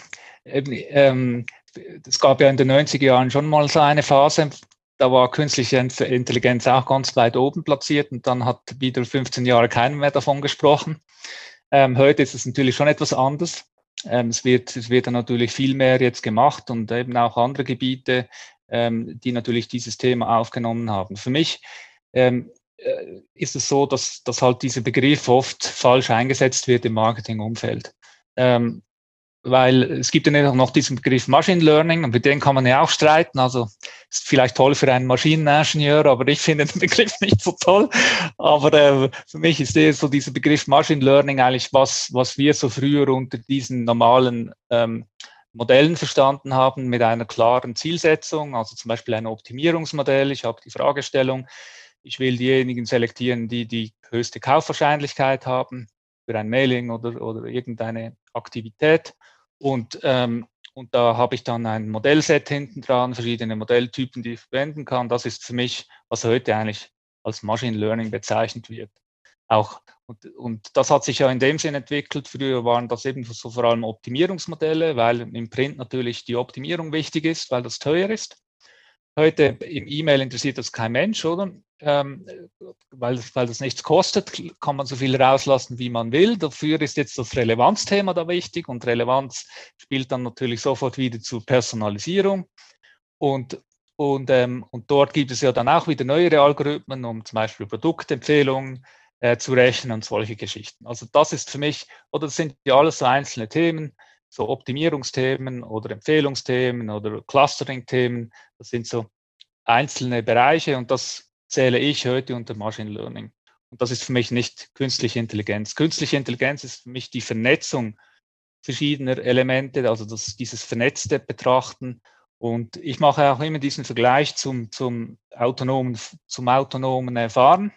Ähm, es gab ja in den neunziger Jahren schon mal so eine Phase, da war künstliche Intelligenz auch ganz weit oben platziert und dann hat wieder fünfzehn Jahre keiner mehr davon gesprochen. Ähm, heute ist es natürlich schon etwas anders. Ähm, es wird, es wird dann natürlich viel mehr jetzt gemacht und eben auch andere Gebiete, ähm, die natürlich dieses Thema aufgenommen haben. Für mich ähm, äh, ist es so, dass, dass halt dieser Begriff oft falsch eingesetzt wird im Marketingumfeld. Ähm, weil es gibt ja noch diesen Begriff Machine Learning und mit dem kann man ja auch streiten. Also ist vielleicht toll für einen Maschineningenieur, aber ich finde den Begriff nicht so toll. Aber äh, für mich ist eher so dieser Begriff Machine Learning eigentlich was, was wir so früher unter diesen normalen ähm, Modellen verstanden haben mit einer klaren Zielsetzung, also zum Beispiel ein Optimierungsmodell. Ich habe die Fragestellung, ich will diejenigen selektieren, die die höchste Kaufwahrscheinlichkeit haben für ein Mailing oder, oder irgendeine Aktivität. Und, ähm, und da habe ich dann ein Modellset hinten dran, verschiedene Modelltypen, die ich verwenden kann. Das ist für mich, was heute eigentlich als Machine Learning bezeichnet wird. Auch, und, und das hat sich ja in dem Sinn entwickelt. Früher waren das eben so vor allem Optimierungsmodelle, weil im Print natürlich die Optimierung wichtig ist, weil das teuer ist. Heute im E-Mail interessiert das kein Mensch, oder? Ähm, weil, weil das nichts kostet, kann man so viel rauslassen, wie man will. Dafür ist jetzt das Relevanzthema da wichtig und Relevanz spielt dann natürlich sofort wieder zur Personalisierung. Und, und, ähm, und dort gibt es ja dann auch wieder neuere Algorithmen, um zum Beispiel Produktempfehlungen äh, zu rechnen und solche Geschichten. Also das ist für mich, oder das sind ja alles so einzelne Themen, so Optimierungsthemen oder Empfehlungsthemen oder Clustering-Themen. Das sind so einzelne Bereiche und das zähle ich heute unter Machine Learning. Und das ist für mich nicht künstliche Intelligenz. Künstliche Intelligenz ist für mich die Vernetzung verschiedener Elemente, also das, dieses vernetzte Betrachten. Und ich mache auch immer diesen Vergleich zum, zum autonomen, zum autonomen Fahren,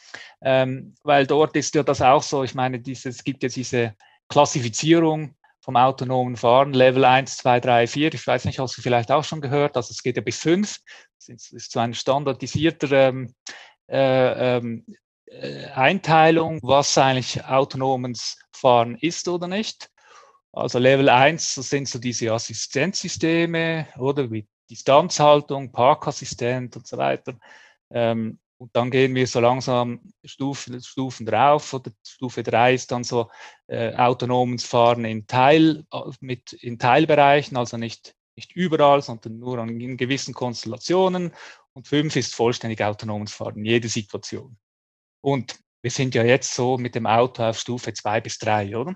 ähm, weil dort ist ja das auch so, ich meine, diese, es gibt ja diese Klassifizierung vom autonomen Fahren, Level eins, zwei, drei, vier. Ich weiß nicht, hast du vielleicht auch schon gehört, also es geht ja bis fünf. Das ist so eine standardisierte ähm, äh, äh, Einteilung, was eigentlich autonomes Fahren ist oder nicht. Also Level eins, das sind so diese Assistenzsysteme, oder wie Distanzhaltung, Parkassistent und so weiter. Ähm, Und dann gehen wir so langsam Stufen, Stufen drauf. Oder Stufe drei ist dann so äh, autonomes Fahren in, Teil, mit, in Teilbereichen, also nicht, nicht überall, sondern nur an, in gewissen Konstellationen. Und fünf ist vollständig autonomes Fahren in jeder Situation. Und wir sind ja jetzt so mit dem Auto auf Stufe zwei bis drei, oder?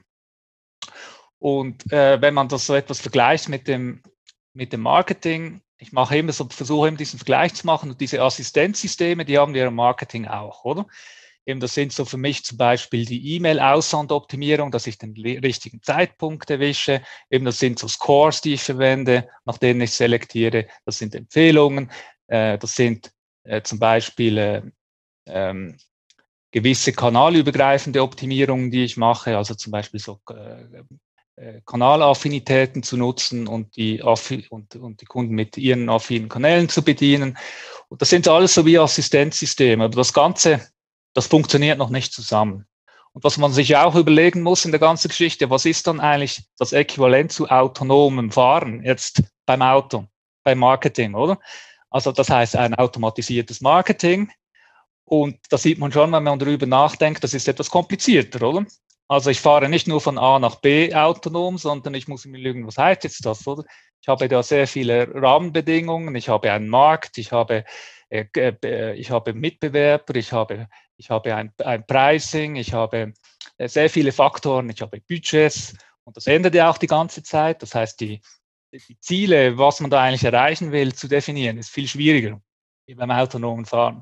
Und äh, wenn man das so etwas vergleicht mit dem, mit dem Marketing, ich mache immer so, versuche immer diesen Vergleich zu machen, und diese Assistenzsysteme, die haben wir im Marketing auch, oder? Eben, das sind so für mich zum Beispiel die E-Mail-Aussendoptimierung, dass ich den richtigen Zeitpunkt erwische. Eben, das sind so Scores, die ich verwende, nach denen ich selektiere. Das sind Empfehlungen. Äh, das sind äh, zum Beispiel äh, ähm, gewisse kanalübergreifende Optimierungen, die ich mache, also zum Beispiel so äh, Kanalaffinitäten zu nutzen und die, und, und die Kunden mit ihren affinen Kanälen zu bedienen. Und das sind alles so wie Assistenzsysteme. Aber das Ganze, das funktioniert noch nicht zusammen. Und was man sich auch überlegen muss in der ganzen Geschichte, was ist dann eigentlich das Äquivalent zu autonomem Fahren jetzt beim Auto, beim Marketing, oder? Also das heißt ein automatisiertes Marketing. Und da sieht man schon, wenn man darüber nachdenkt, das ist etwas komplizierter, oder? Also ich fahre nicht nur von A nach B autonom, sondern ich muss mir überlegen, was heißt jetzt das, oder? Ich habe da sehr viele Rahmenbedingungen, ich habe einen Markt, ich habe, äh, äh, ich habe Mitbewerber, ich habe, ich habe ein, ein Pricing, ich habe äh, sehr viele Faktoren, ich habe Budgets, und das ändert ja auch die ganze Zeit. Das heißt, die, die Ziele, was man da eigentlich erreichen will, zu definieren, ist viel schwieriger wie beim autonomen Fahren.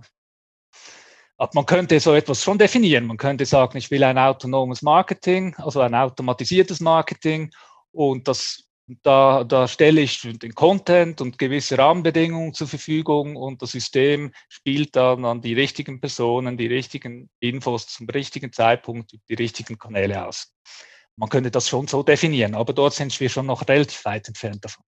Aber man könnte so etwas schon definieren. Man könnte sagen, ich will ein autonomes Marketing, also ein automatisiertes Marketing, und das, da, da stelle ich den Content und gewisse Rahmenbedingungen zur Verfügung, und das System spielt dann an die richtigen Personen, die richtigen Infos zum richtigen Zeitpunkt, die richtigen Kanäle aus. Man könnte das schon so definieren, aber dort sind wir schon noch relativ weit entfernt davon.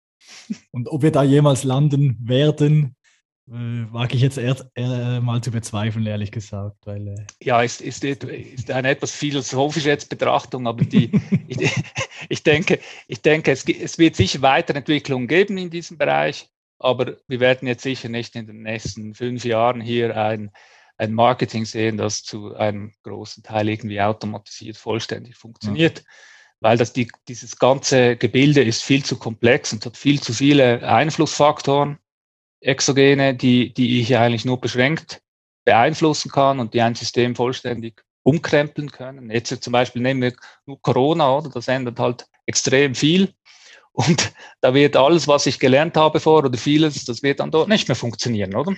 Und ob wir da jemals landen werden, Äh, wage ich jetzt eher, eher mal zu bezweifeln, ehrlich gesagt. Weil, äh ja, ist, ist, ist eine etwas philosophische jetzt Betrachtung, aber die, ich, ich denke, ich denke es, es wird sicher Weiterentwicklungen geben in diesem Bereich, aber wir werden jetzt sicher nicht in den nächsten fünf Jahren hier ein, ein Marketing sehen, das zu einem großen Teil irgendwie automatisiert vollständig funktioniert. Ja. Weil das die, dieses ganze Gebilde ist viel zu komplex und hat viel zu viele Einflussfaktoren, Exogene, die, die ich eigentlich nur beschränkt beeinflussen kann und die ein System vollständig umkrempeln können. Jetzt zum Beispiel nehmen wir nur Corona, oder? Das ändert halt extrem viel. Und da wird alles, was ich gelernt habe vor, oder vieles, das wird dann dort nicht mehr funktionieren, oder?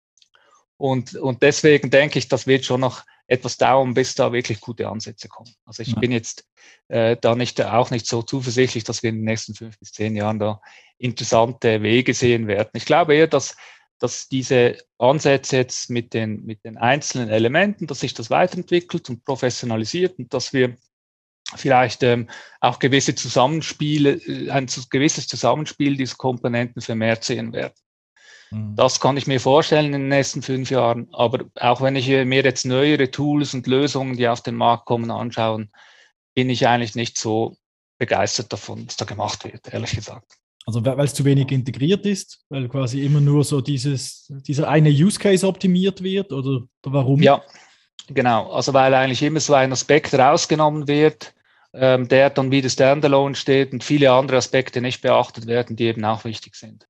Und, und deswegen denke ich, das wird schon noch etwas dauern, bis da wirklich gute Ansätze kommen. Also ich ja. bin jetzt äh, da nicht, auch nicht so zuversichtlich, dass wir in den nächsten fünf bis zehn Jahren da interessante Wege sehen werden. Ich glaube eher, dass, dass diese Ansätze jetzt mit den, mit den einzelnen Elementen, dass sich das weiterentwickelt und professionalisiert, und dass wir vielleicht ähm, auch gewisse Zusammenspiele, ein gewisses Zusammenspiel dieser Komponenten vermehrt sehen werden. Das kann ich mir vorstellen in den nächsten fünf Jahren. Aber auch wenn ich mir jetzt neuere Tools und Lösungen, die auf den Markt kommen, anschaue, bin ich eigentlich nicht so begeistert davon, was da gemacht wird, ehrlich gesagt. Also weil es zu wenig integriert ist, weil quasi immer nur so dieses, dieser eine Use Case optimiert wird, oder, oder warum? Ja, genau. Also weil eigentlich immer so ein Aspekt rausgenommen wird, ähm, der dann wieder standalone steht und viele andere Aspekte nicht beachtet werden, die eben auch wichtig sind.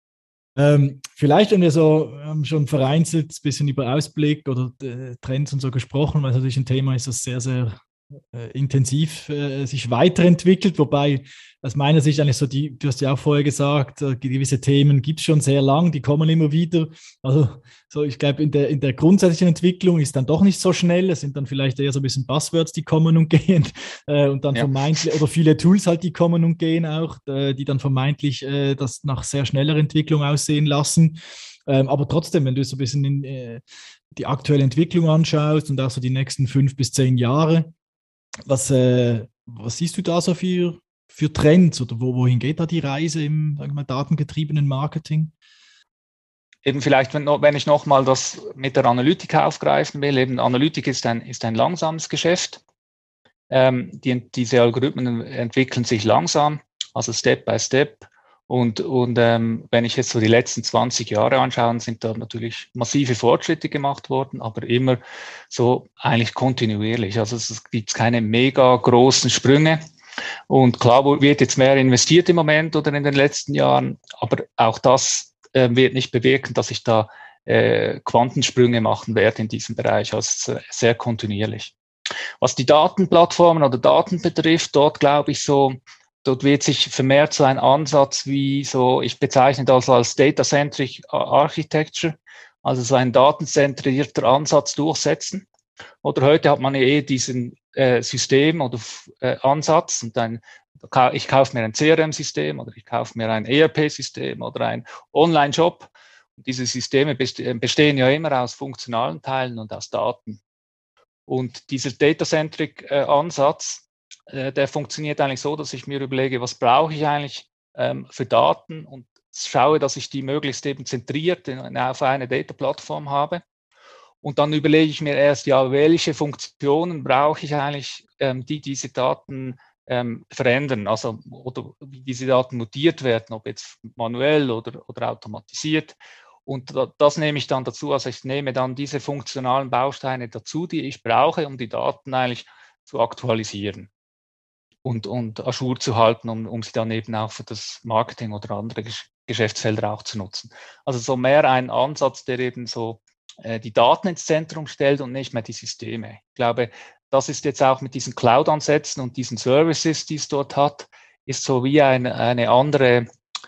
Ähm, vielleicht, wenn wir so ähm, schon vereinzelt ein bisschen über Ausblick oder äh, Trends und so gesprochen, weil es natürlich ein Thema ist, das sehr, sehr äh, intensiv äh, sich weiterentwickelt, wobei aus meiner Sicht eigentlich so die, du hast ja auch vorher gesagt, äh, gewisse Themen gibt es schon sehr lang, die kommen immer wieder. Also so, ich glaube, in der, in der grundsätzlichen Entwicklung ist dann doch nicht so schnell. Es sind dann vielleicht eher so ein bisschen Buzzwords, die kommen und gehen äh, und dann ja. vermeintlich, oder viele Tools halt, die kommen und gehen auch, äh, die dann vermeintlich äh, das nach sehr schneller Entwicklung aussehen lassen. Ähm, aber trotzdem, wenn du so ein bisschen in, äh, die aktuelle Entwicklung anschaust und auch so die nächsten fünf bis zehn Jahre, was, äh, was siehst du da so für, für Trends, oder wo, wohin geht da die Reise im, sagen wir mal, datengetriebenen Marketing? Eben vielleicht, wenn, wenn ich nochmal das mit der Analytik aufgreifen will, eben Analytik ist ein, ist ein langsames Geschäft. Ähm, die, diese Algorithmen entwickeln sich langsam, also Step by Step. Und, und ähm, wenn ich jetzt so die letzten zwanzig Jahre anschaue, sind da natürlich massive Fortschritte gemacht worden, aber immer so eigentlich kontinuierlich. Also es gibt keine mega großen Sprünge. Und klar wird jetzt mehr investiert im Moment oder in den letzten Jahren, aber auch das äh, wird nicht bewirken, dass ich da äh, Quantensprünge machen werde in diesem Bereich. Also sehr kontinuierlich. Was die Datenplattformen oder Daten betrifft, dort glaube ich so, dort wird sich vermehrt so ein Ansatz wie so, ich bezeichne das als Data-Centric Architecture, also so ein datenzentrierter Ansatz durchsetzen. Oder heute hat man ja eh diesen äh, System oder äh, Ansatz und dann, ich kaufe mir ein C R M-System oder ich kaufe mir ein E R P-System oder ein Online-Shop. Und diese Systeme bestehen ja immer aus funktionalen Teilen und aus Daten. Und dieser Data-Centric-Ansatz, äh, der funktioniert eigentlich so, dass ich mir überlege, was brauche ich eigentlich ähm, für Daten und schaue, dass ich die möglichst eben zentriert in, auf eine Data-Plattform habe. Und dann überlege ich mir erst, ja, welche Funktionen brauche ich eigentlich, ähm, die diese Daten ähm, verändern, also oder wie diese Daten mutiert werden, ob jetzt manuell oder, oder automatisiert. Und das nehme ich dann dazu, also ich nehme dann diese funktionalen Bausteine dazu, die ich brauche, um die Daten eigentlich zu aktualisieren und, und à jour zu halten, um, um sie dann eben auch für das Marketing oder andere Geschäftsfelder auch zu nutzen. Also so mehr ein Ansatz, der eben so äh, die Daten ins Zentrum stellt und nicht mehr die Systeme. Ich glaube, das ist jetzt auch mit diesen Cloud-Ansätzen und diesen Services, die es dort hat, ist so wie eine, eine andere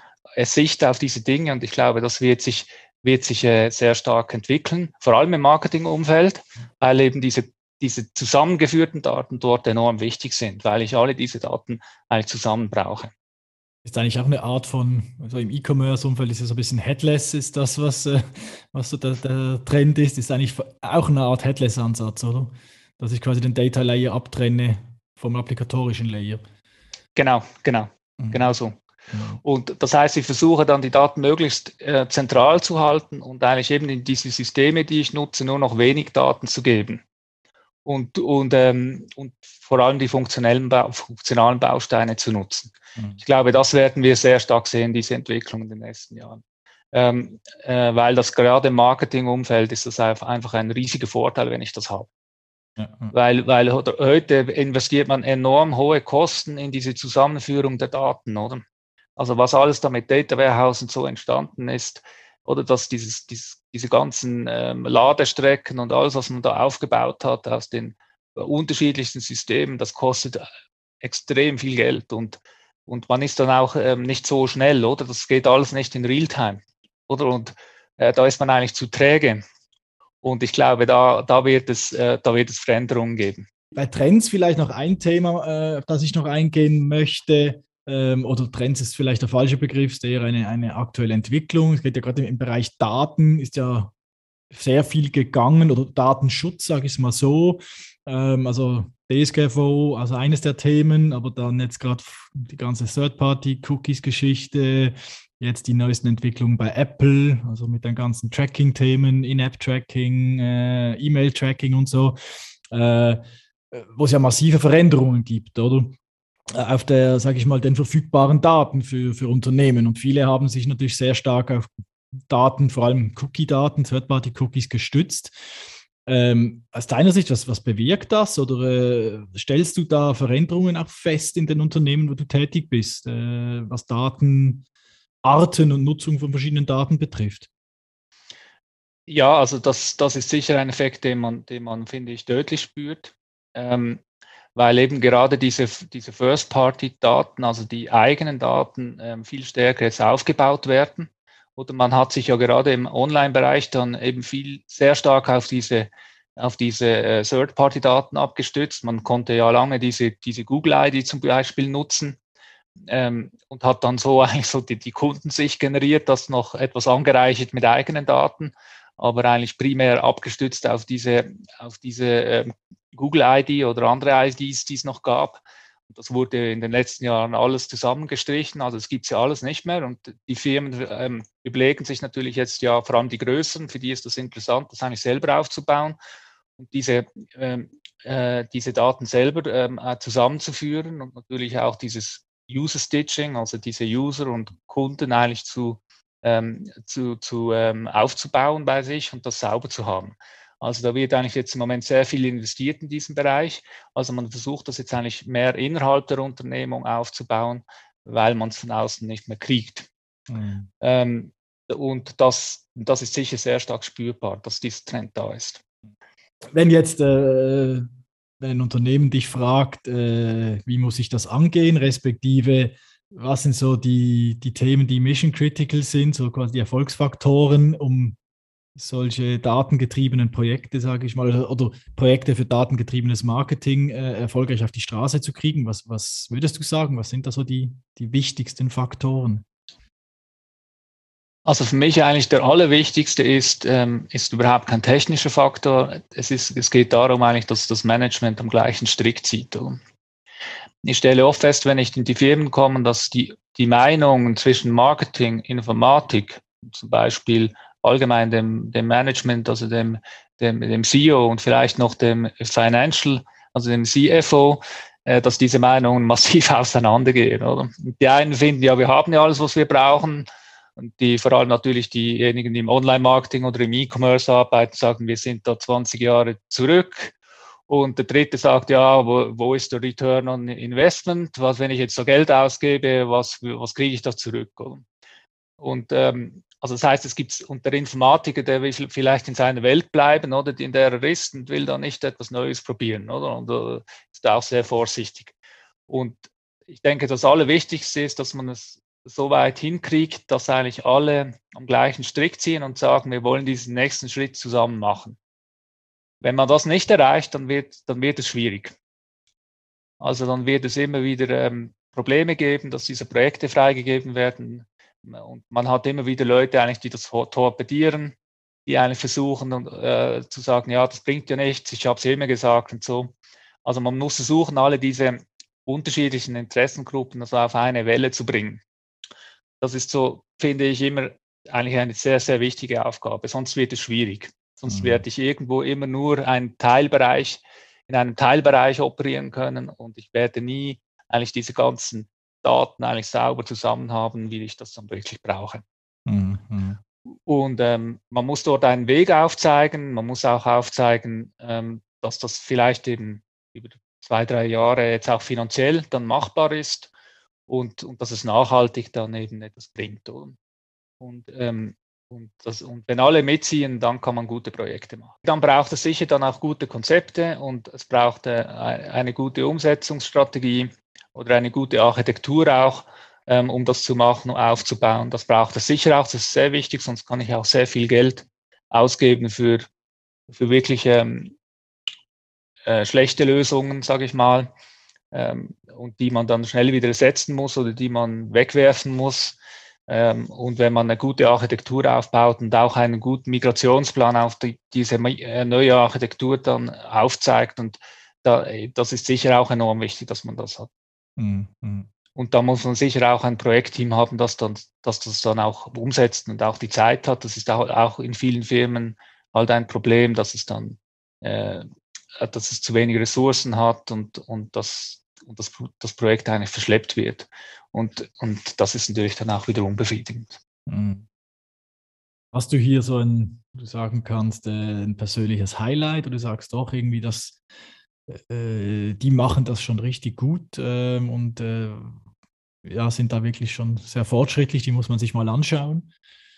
Sicht auf diese Dinge und ich glaube, das wird sich, wird sich äh, sehr stark entwickeln, vor allem im Marketingumfeld, weil eben diese, diese zusammengeführten Daten dort enorm wichtig sind, weil ich alle diese Daten eigentlich zusammen brauche. Ist eigentlich auch eine Art von, also im E-Commerce-Umfeld ist ja so ein bisschen Headless, ist das, was, äh, was so der, der Trend ist, ist eigentlich auch eine Art Headless-Ansatz, oder? Dass ich quasi den Data Layer abtrenne vom applikatorischen Layer. Genau, genau, Mhm. genau so. Genau. Und das heißt, ich versuche dann die Daten möglichst äh, zentral zu halten und eigentlich eben in diese Systeme, die ich nutze, nur noch wenig Daten zu geben. Und, und, ähm, und vor allem die funktionellen, Bau, funktionalen Bausteine zu nutzen. Mhm. Ich glaube, das werden wir sehr stark sehen, diese Entwicklung in den nächsten Jahren. Ähm, äh, weil das gerade im Marketingumfeld ist das einfach ein riesiger Vorteil, wenn ich das habe. Ja, ja. Weil, weil heute investiert man enorm hohe Kosten in diese Zusammenführung der Daten, oder? Also was alles da mit Data Warehouse und so entstanden ist, oder dass dieses, dieses, diese ganzen ähm, Ladestrecken und alles, was man da aufgebaut hat aus den unterschiedlichsten Systemen, das kostet extrem viel Geld und, und man ist dann auch ähm, nicht so schnell, oder? Das geht alles nicht in Realtime, oder? Und äh, da ist man eigentlich zu träge. Und ich glaube, da, da, wird es, äh, da wird es Veränderungen geben. Bei Trends vielleicht noch ein Thema, äh, auf das ich noch eingehen möchte. Ähm, oder Trends ist vielleicht der falsche Begriff, ist eher eine, eine aktuelle Entwicklung. Es geht ja gerade im, im Bereich Daten, ist ja sehr viel gegangen oder Datenschutz, sage ich es mal so. Ähm, also D S G V O, also eines der Themen, aber dann jetzt gerade die ganze Third-Party-Cookies-Geschichte, jetzt die neuesten Entwicklungen bei Apple, also mit den ganzen Tracking-Themen, In-App-Tracking, äh, E-Mail-Tracking und so, äh, wo es ja massive Veränderungen gibt, oder? Auf der, sage ich mal, den verfügbaren Daten für, für Unternehmen. Und viele haben sich natürlich sehr stark auf Daten, vor allem Cookie-Daten, Third-Party-Cookies gestützt. Ähm, aus deiner Sicht, was, was bewirkt das? Oder äh, stellst du da Veränderungen auch fest in den Unternehmen, wo du tätig bist, äh, was Datenarten und Nutzung von verschiedenen Daten betrifft? Ja, also das, das ist sicher ein Effekt, den man, den man, finde ich, deutlich spürt. Ähm, weil eben gerade diese, diese First-Party-Daten, also die eigenen Daten, ähm, viel stärker jetzt aufgebaut werden. Oder man hat sich ja gerade im Online-Bereich dann eben viel sehr stark auf diese, auf diese äh, Third-Party-Daten abgestützt. Man konnte ja lange diese, diese Google-I D zum Beispiel nutzen ähm, und hat dann so eigentlich so die, die Kundensicht generiert, das noch etwas angereichert mit eigenen Daten, aber eigentlich primär abgestützt auf diese, auf diese ähm, Google-I D oder andere I Ds, die es noch gab. Und das wurde in den letzten Jahren alles zusammengestrichen, also es gibt es ja alles nicht mehr und die Firmen ähm, überlegen sich natürlich jetzt ja, vor allem die Größeren, für die ist das interessant, das eigentlich selber aufzubauen und diese, ähm, äh, diese Daten selber ähm, zusammenzuführen und natürlich auch dieses User Stitching, also diese User und Kunden eigentlich zu, ähm, zu, zu ähm, aufzubauen bei sich und das sauber zu haben. Also da wird eigentlich jetzt im Moment sehr viel investiert in diesem Bereich. Also man versucht das jetzt eigentlich mehr innerhalb der Unternehmung aufzubauen, weil man es von außen nicht mehr kriegt. Mhm. Ähm, und das, das ist sicher sehr stark spürbar, dass dieser Trend da ist. Wenn jetzt äh, wenn ein Unternehmen dich fragt, äh, wie muss ich das angehen, respektive was sind so die, die Themen, die mission critical sind, so quasi die Erfolgsfaktoren, um solche datengetriebenen Projekte, sage ich mal, oder, oder Projekte für datengetriebenes Marketing äh, erfolgreich auf die Straße zu kriegen. Was, was würdest du sagen? Was sind da so die, die wichtigsten Faktoren? Also für mich eigentlich der allerwichtigste ist, ähm, ist überhaupt kein technischer Faktor. Es, ist, es geht darum eigentlich, dass das Management am gleichen Strick zieht. Oder? Ich stelle oft fest, wenn ich in die Firmen komme, dass die, die Meinungen zwischen Marketing, Informatik, zum Beispiel allgemein dem, dem Management, also dem, dem, dem C E O und vielleicht noch dem Financial, also dem C F O, äh, dass diese Meinungen massiv auseinandergehen. Oder? Die einen finden, ja, wir haben ja alles, was wir brauchen. Und die, vor allem natürlich diejenigen, die im Online-Marketing oder im E-Commerce arbeiten, sagen, wir sind da zwanzig Jahre zurück. Und der dritte sagt, ja, wo, wo ist der Return on Investment? Was, wenn ich jetzt so Geld ausgebe, was, was kriege ich da zurück? Und ähm, also das heißt, es gibt unter Informatiker, der will vielleicht in seiner Welt bleiben, oder in der er ist und will da nicht etwas Neues probieren, oder? Und äh, ist auch sehr vorsichtig. Und ich denke, das Allerwichtigste ist, dass man es so weit hinkriegt, dass eigentlich alle am gleichen Strick ziehen und sagen, wir wollen diesen nächsten Schritt zusammen machen. Wenn man das nicht erreicht, dann wird, dann wird es schwierig. Also dann wird es immer wieder ähm, Probleme geben, dass diese Projekte freigegeben werden. Und man hat immer wieder Leute eigentlich, die das torpedieren, die eigentlich versuchen äh, zu sagen, ja, das bringt ja nichts, ich habe es ja immer gesagt und so. Also man muss versuchen, alle diese unterschiedlichen Interessengruppen also auf eine Welle zu bringen. Das ist so, finde ich, immer eigentlich eine sehr, sehr wichtige Aufgabe. Sonst wird es schwierig. Sonst mhm. werde ich irgendwo immer nur einen Teilbereich, in einem Teilbereich operieren können und ich werde nie eigentlich diese ganzen Daten eigentlich sauber zusammen haben, wie ich das dann wirklich brauche. Mhm. Und ähm, man muss dort einen Weg aufzeigen. Man muss auch aufzeigen, ähm, dass das vielleicht eben über zwei, drei Jahre jetzt auch finanziell dann machbar ist. Und, und dass es nachhaltig dann eben etwas bringt. Und, ähm, und, das, und wenn alle mitziehen, dann kann man gute Projekte machen. Dann braucht es sicher dann auch gute Konzepte und es braucht äh, eine gute Umsetzungsstrategie oder eine gute Architektur auch, ähm, um das zu machen und aufzubauen. Das braucht es sicher auch, das ist sehr wichtig, sonst kann ich auch sehr viel Geld ausgeben für, für wirklich ähm, äh, schlechte Lösungen, sage ich mal. Und die man dann schnell wieder ersetzen muss oder die man wegwerfen muss. Und wenn man eine gute Architektur aufbaut und auch einen guten Migrationsplan auf die, diese neue Architektur dann aufzeigt, und da, das ist sicher auch enorm wichtig, dass man das hat. Mhm. Und da muss man sicher auch ein Projektteam haben, das, dann, das das dann auch umsetzt und auch die Zeit hat. Das ist auch, auch in vielen Firmen halt ein Problem, dass es dann äh, dass es zu wenig Ressourcen hat und, und, das, und das, das Projekt eigentlich verschleppt wird. Und, und das ist natürlich dann auch wiederum befriedigend. Hast du hier so ein, du sagen kannst, ein persönliches Highlight oder du sagst doch irgendwie, dass äh, die machen das schon richtig gut äh, und äh, ja, sind da wirklich schon sehr fortschrittlich, die muss man sich mal anschauen?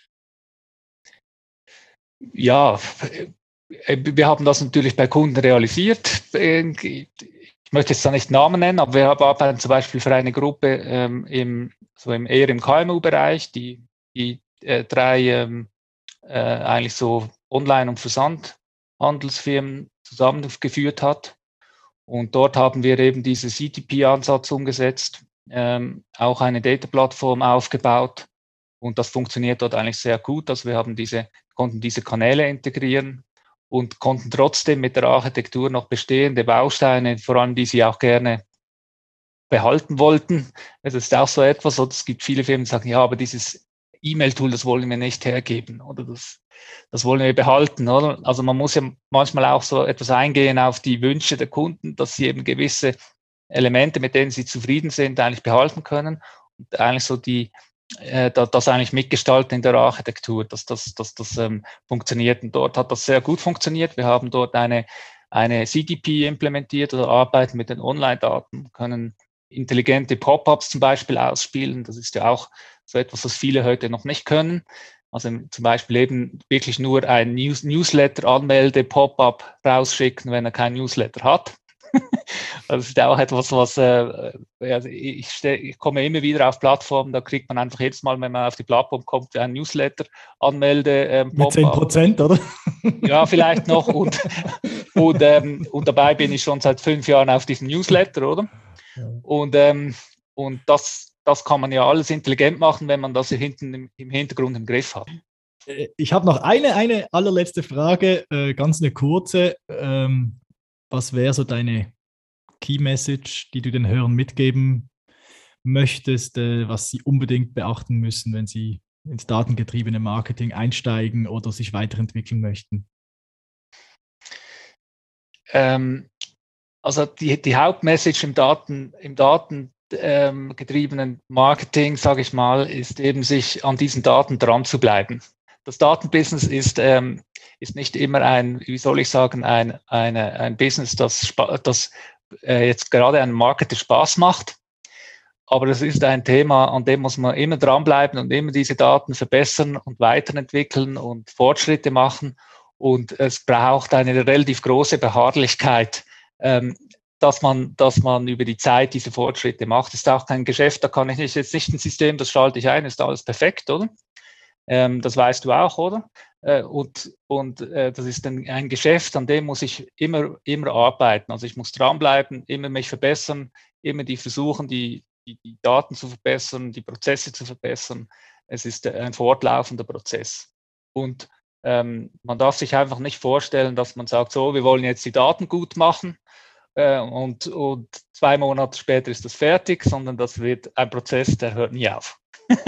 Ja, wir haben das natürlich bei Kunden realisiert. Ich möchte jetzt da nicht Namen nennen, aber wir arbeiten zum Beispiel für eine Gruppe ähm, im, so im, eher im K M U-Bereich, die, die äh, drei ähm, äh, eigentlich so Online- und Versandhandelsfirmen zusammengeführt hat. Und dort haben wir eben diesen C T P-Ansatz umgesetzt, ähm, auch eine Data-Plattform aufgebaut. Und das funktioniert dort eigentlich sehr gut. Also wir haben diese, konnten diese Kanäle integrieren und konnten trotzdem mit der Architektur noch bestehende Bausteine, vor allem die sie auch gerne behalten wollten. Das ist auch so etwas, oder es gibt viele Firmen, die sagen, ja, aber dieses E-Mail-Tool, das wollen wir nicht hergeben oder das, das wollen wir behalten. Oder? Also man muss ja manchmal auch so etwas eingehen auf die Wünsche der Kunden, dass sie eben gewisse Elemente, mit denen sie zufrieden sind, eigentlich behalten können und eigentlich so die, äh, das eigentlich mitgestalten in der Architektur, dass das, dass das ähm, funktioniert. Und dort hat das sehr gut funktioniert. Wir haben dort eine, eine C D P implementiert oder arbeiten mit den Online-Daten, können intelligente Pop-ups zum Beispiel ausspielen. Das ist ja auch so etwas, was viele heute noch nicht können. Also zum Beispiel eben wirklich nur ein News Newsletter-Anmelde-Pop-up rausschicken, wenn er kein Newsletter hat. Das ist auch etwas, was äh, also ich, steh, ich komme immer wieder auf Plattformen, da kriegt man einfach jedes Mal, wenn man auf die Plattform kommt, ein Newsletter-Anmelde. Ähm, Mit zehn Prozent, oder? Ja, vielleicht noch. Und, und, ähm, und dabei bin ich schon seit fünf Jahren auf diesem Newsletter, oder? Und, ähm, und das, das kann man ja alles intelligent machen, wenn man das hier hinten im, im Hintergrund im Griff hat. Ich habe noch eine, eine allerletzte Frage, äh, ganz eine kurze. Ähm, was wäre so deine Key Message, die du den Hörern mitgeben möchtest, äh, was sie unbedingt beachten müssen, wenn sie ins datengetriebene Marketing einsteigen oder sich weiterentwickeln möchten? Ähm, also die, die Hauptmessage im Daten, im datengetriebenen ähm, Marketing, sage ich mal, ist eben, sich an diesen Daten dran zu bleiben. Das Datenbusiness ist, ähm, ist nicht immer ein, wie soll ich sagen, ein, eine, ein Business, das, das äh, jetzt gerade einem Marketer Spaß macht. Aber das ist ein Thema, an dem muss man immer dranbleiben und immer diese Daten verbessern und weiterentwickeln und Fortschritte machen. Und es braucht eine relativ große Beharrlichkeit, ähm, dass man, dass man über die Zeit diese Fortschritte macht. Das ist auch kein Geschäft, da kann ich nicht, jetzt nicht ein System, das schalte ich ein, ist alles perfekt, oder? Ähm, das weißt du auch, oder? Äh, und und äh, das ist ein, ein Geschäft, an dem muss ich immer, immer arbeiten. Also ich muss dranbleiben, immer mich verbessern, immer die versuchen, die, die, die Daten zu verbessern, die Prozesse zu verbessern. Es ist ein fortlaufender Prozess. Und ähm, man darf sich einfach nicht vorstellen, dass man sagt, so, wir wollen jetzt die Daten gut machen äh, und, und zwei Monate später ist das fertig, sondern das wird ein Prozess, der hört nie auf.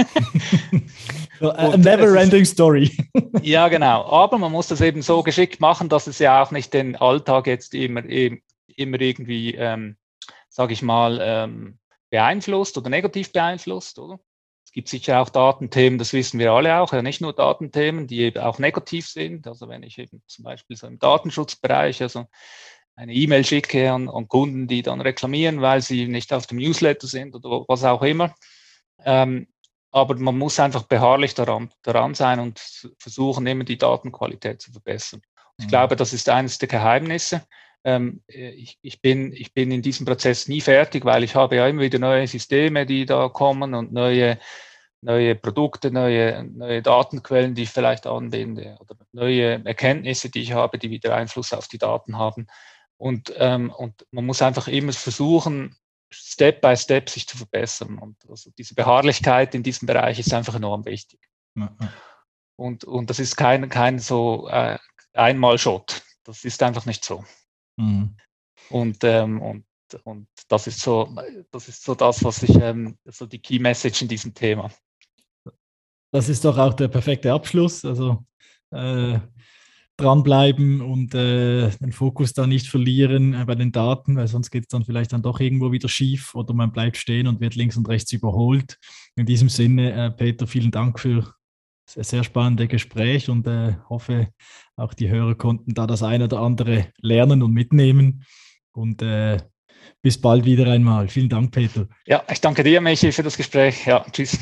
So, a never-ending story. Ja, genau. Aber man muss das eben so geschickt machen, dass es ja auch nicht den Alltag jetzt immer, immer irgendwie, ähm, sage ich mal, ähm, beeinflusst oder negativ beeinflusst, oder? Es gibt sicher auch Datenthemen, das wissen wir alle auch, ja nicht nur Datenthemen, die eben auch negativ sind. Also wenn ich eben zum Beispiel so im Datenschutzbereich, also eine E-Mail schicke an, an Kunden, die dann reklamieren, weil sie nicht auf dem Newsletter sind oder was auch immer. Ähm, aber man muss einfach beharrlich daran, daran sein und versuchen, immer die Datenqualität zu verbessern. Ich mhm. glaube, das ist eines der Geheimnisse. Ähm, ich, ich, bin, ich bin in diesem Prozess nie fertig, weil ich habe ja immer wieder neue Systeme, die da kommen und neue, neue Produkte, neue, neue Datenquellen, die ich vielleicht anbinde oder neue Erkenntnisse, die ich habe, die wieder Einfluss auf die Daten haben. Und, ähm, und man muss einfach immer versuchen, Step by Step sich zu verbessern. Und also diese Beharrlichkeit in diesem Bereich ist einfach enorm wichtig. Ja. Und, und das ist kein, kein so äh, Einmal-Shot. Das ist einfach nicht so. Mhm. Und, ähm, und, und das ist so, das ist so das, was ich, ähm, so die Key Message in diesem Thema. Das ist doch auch der perfekte Abschluss. Also äh, dranbleiben und äh, den Fokus da nicht verlieren äh, bei den Daten, weil sonst geht es dann vielleicht dann doch irgendwo wieder schief oder man bleibt stehen und wird links und rechts überholt. In diesem Sinne, äh, Peter, vielen Dank für das sehr spannende Gespräch und äh, hoffe, auch die Hörer konnten da das eine oder andere lernen und mitnehmen. Und äh, bis bald wieder einmal. Vielen Dank, Peter. Ja, ich danke dir, Michi, für das Gespräch. Ja, tschüss.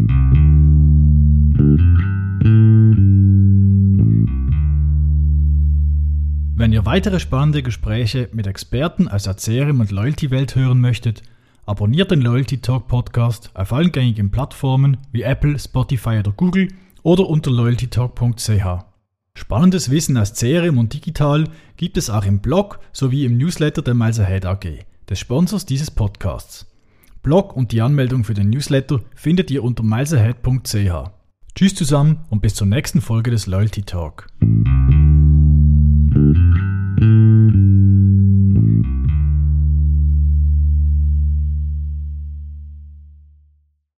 Wenn ihr weitere spannende Gespräche mit Experten aus der C R M- und Loyalty-Welt hören möchtet, abonniert den Loyalty Talk Podcast auf allen gängigen Plattformen wie Apple, Spotify oder Google oder unter loyalty talk punkt c h. Spannendes Wissen aus C R M und digital gibt es auch im Blog sowie im Newsletter der Miles Ahead A G, des Sponsors dieses Podcasts. Blog und die Anmeldung für den Newsletter findet ihr unter miles ahead punkt c h. Tschüss zusammen und bis zur nächsten Folge des Loyalty Talk. Thank you.